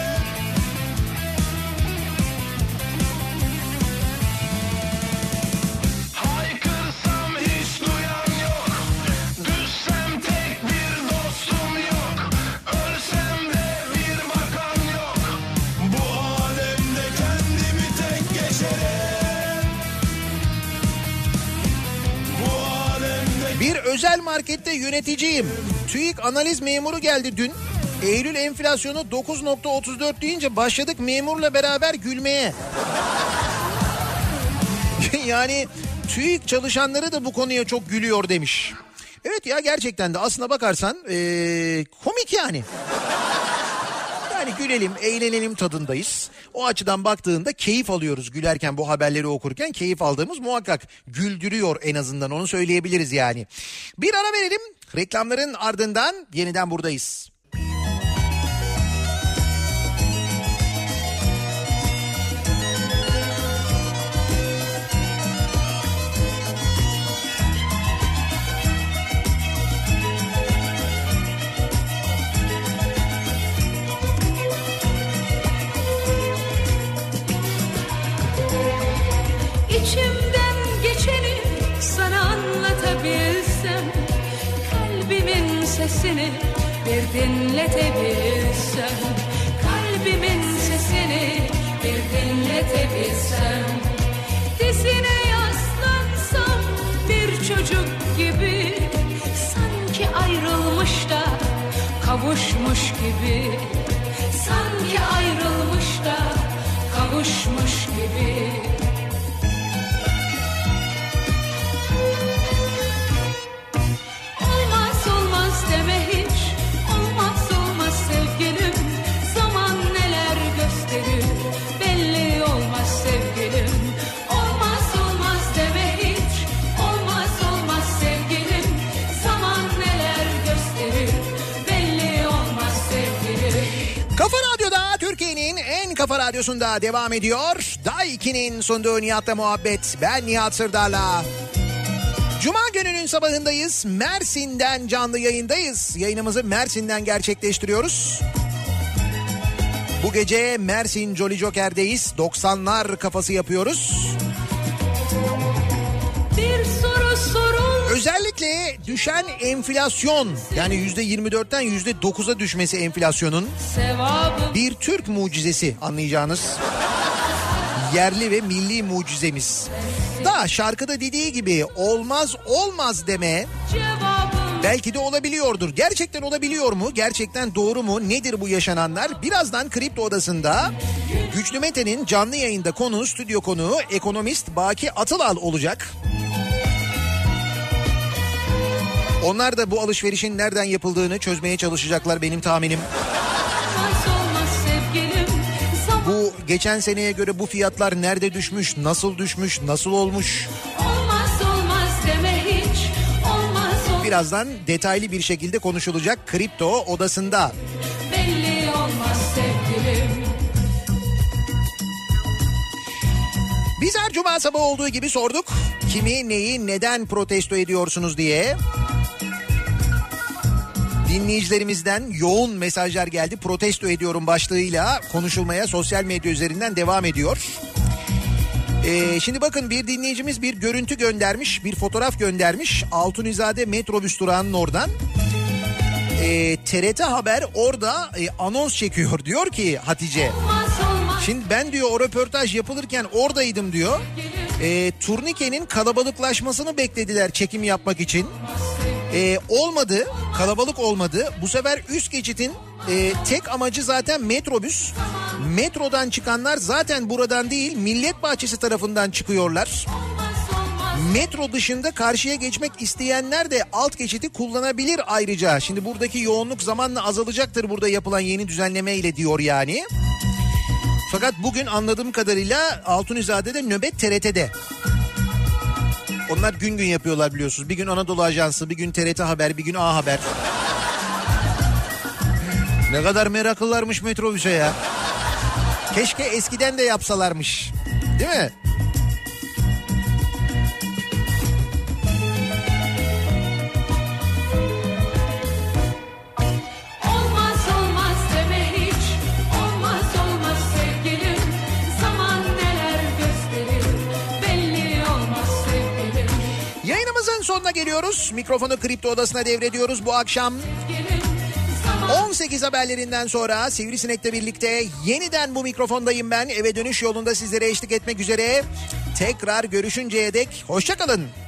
haykırsam hiç duyan yok. Düşsem tek bir dostum yok. Ölsem de bir bakan yok. Bu alemde kendimi tek geçerek bu alemde Bir özel markette yöneticiyim. TÜİK analiz memuru geldi dün. Eylül enflasyonu dokuz nokta otuz dört deyince başladık memurla beraber gülmeye. Yani TÜİK çalışanları da bu konuya çok gülüyor demiş. Evet ya gerçekten de aslına bakarsan ee, komik yani. Yani gülelim, eğlenelim tadındayız. O açıdan baktığında keyif alıyoruz gülerken, bu haberleri okurken keyif aldığımız muhakkak. Güldürüyor en azından, onu söyleyebiliriz yani. Bir ara verelim, reklamların ardından yeniden buradayız. İçimden geçeni sana anlatabilsem, kalbimin sesini bir dinletebilsem, kalbimin sesini bir dinletebilsem, dizine yaslansam bir çocuk gibi, sanki ayrılmış da kavuşmuş gibi, sanki ayrılmış da kavuşmuş gibi. Kafa Radyosu'nda devam ediyor. Day iki'nin sunduğu Nihat'la muhabbet. Ben Nihat Sırdar'la. Cuma gününün sabahındayız. Mersin'den canlı yayındayız. Yayınımızı Mersin'den gerçekleştiriyoruz. Bu gece Mersin Jolly Joker'deyiz. doksanlar kafası yapıyoruz. Bir soru sorul. Özellikle düşen enflasyon, yani yüzde yirmi dörtten yüzde dokuza düşmesi enflasyonun Sevabım. bir Türk mucizesi, anlayacağınız yerli ve milli mucizemiz. Daha şarkıda dediği gibi olmaz olmaz deme Cevabım. belki de olabiliyordur. Gerçekten olabiliyor mu? Gerçekten doğru mu? Nedir bu yaşananlar? Birazdan Kripto Odası'nda Güçlü Mete'nin canlı yayında konuğu, stüdyo konuğu ekonomist Baki Atılal olacak. Onlar da bu alışverişin nereden yapıldığını çözmeye çalışacaklar benim tahminim. Bu geçen seneye göre bu fiyatlar nerede düşmüş, nasıl düşmüş, nasıl olmuş? Olmaz olmaz deme hiç. Olmaz olmaz. Birazdan detaylı bir şekilde konuşulacak Kripto Odası'nda. Belli olmaz sevgilim. Biz her cuma sabahı olduğu gibi sorduk. Kimi, neyi, neden protesto ediyorsunuz diye. Dinleyicilerimizden yoğun mesajlar geldi. Protesto ediyorum başlığıyla konuşulmaya sosyal medya üzerinden devam ediyor. Ee, şimdi bakın, bir dinleyicimiz bir görüntü göndermiş, bir fotoğraf göndermiş. Altunizade metrobüs durağının oradan. Ee, T R T Haber orada e, anons çekiyor, diyor ki Hatice. Şimdi ben diyor o röportaj yapılırken oradaydım diyor. Ee, turnikenin kalabalıklaşmasını beklediler çekim yapmak için. Ee, olmadı, kalabalık olmadı. Bu sefer üst geçitin e, tek amacı zaten metrobüs. Metrodan çıkanlar zaten buradan değil, Millet Bahçesi tarafından çıkıyorlar. Metro dışında karşıya geçmek isteyenler de alt geçiti kullanabilir ayrıca. Şimdi buradaki yoğunluk zamanla azalacaktır burada yapılan yeni düzenleme ile, diyor yani. Fakat bugün anladığım kadarıyla Altunizade'de nöbet T R T'de. Onlar gün gün yapıyorlar biliyorsunuz. Bir gün Anadolu Ajansı, bir gün T R T Haber, bir gün A Haber. Ne kadar meraklılarmış metrobüse ya. Keşke eskiden de yapsalarmış. Değil mi? Olmaz olmaz deme hiç, olmaz olmaz sevgilim. Zaman neler gösterir, belli olmaz sevgilim. Yayınımızın sonuna geliyoruz. Mikrofonu Kripto Odası'na devrediyoruz bu akşam. on sekiz haberlerinden sonra Sivrisinek'le birlikte yeniden bu mikrofondayım ben. Eve dönüş yolunda sizlere eşlik etmek üzere. Tekrar görüşünceye dek hoşça kalın.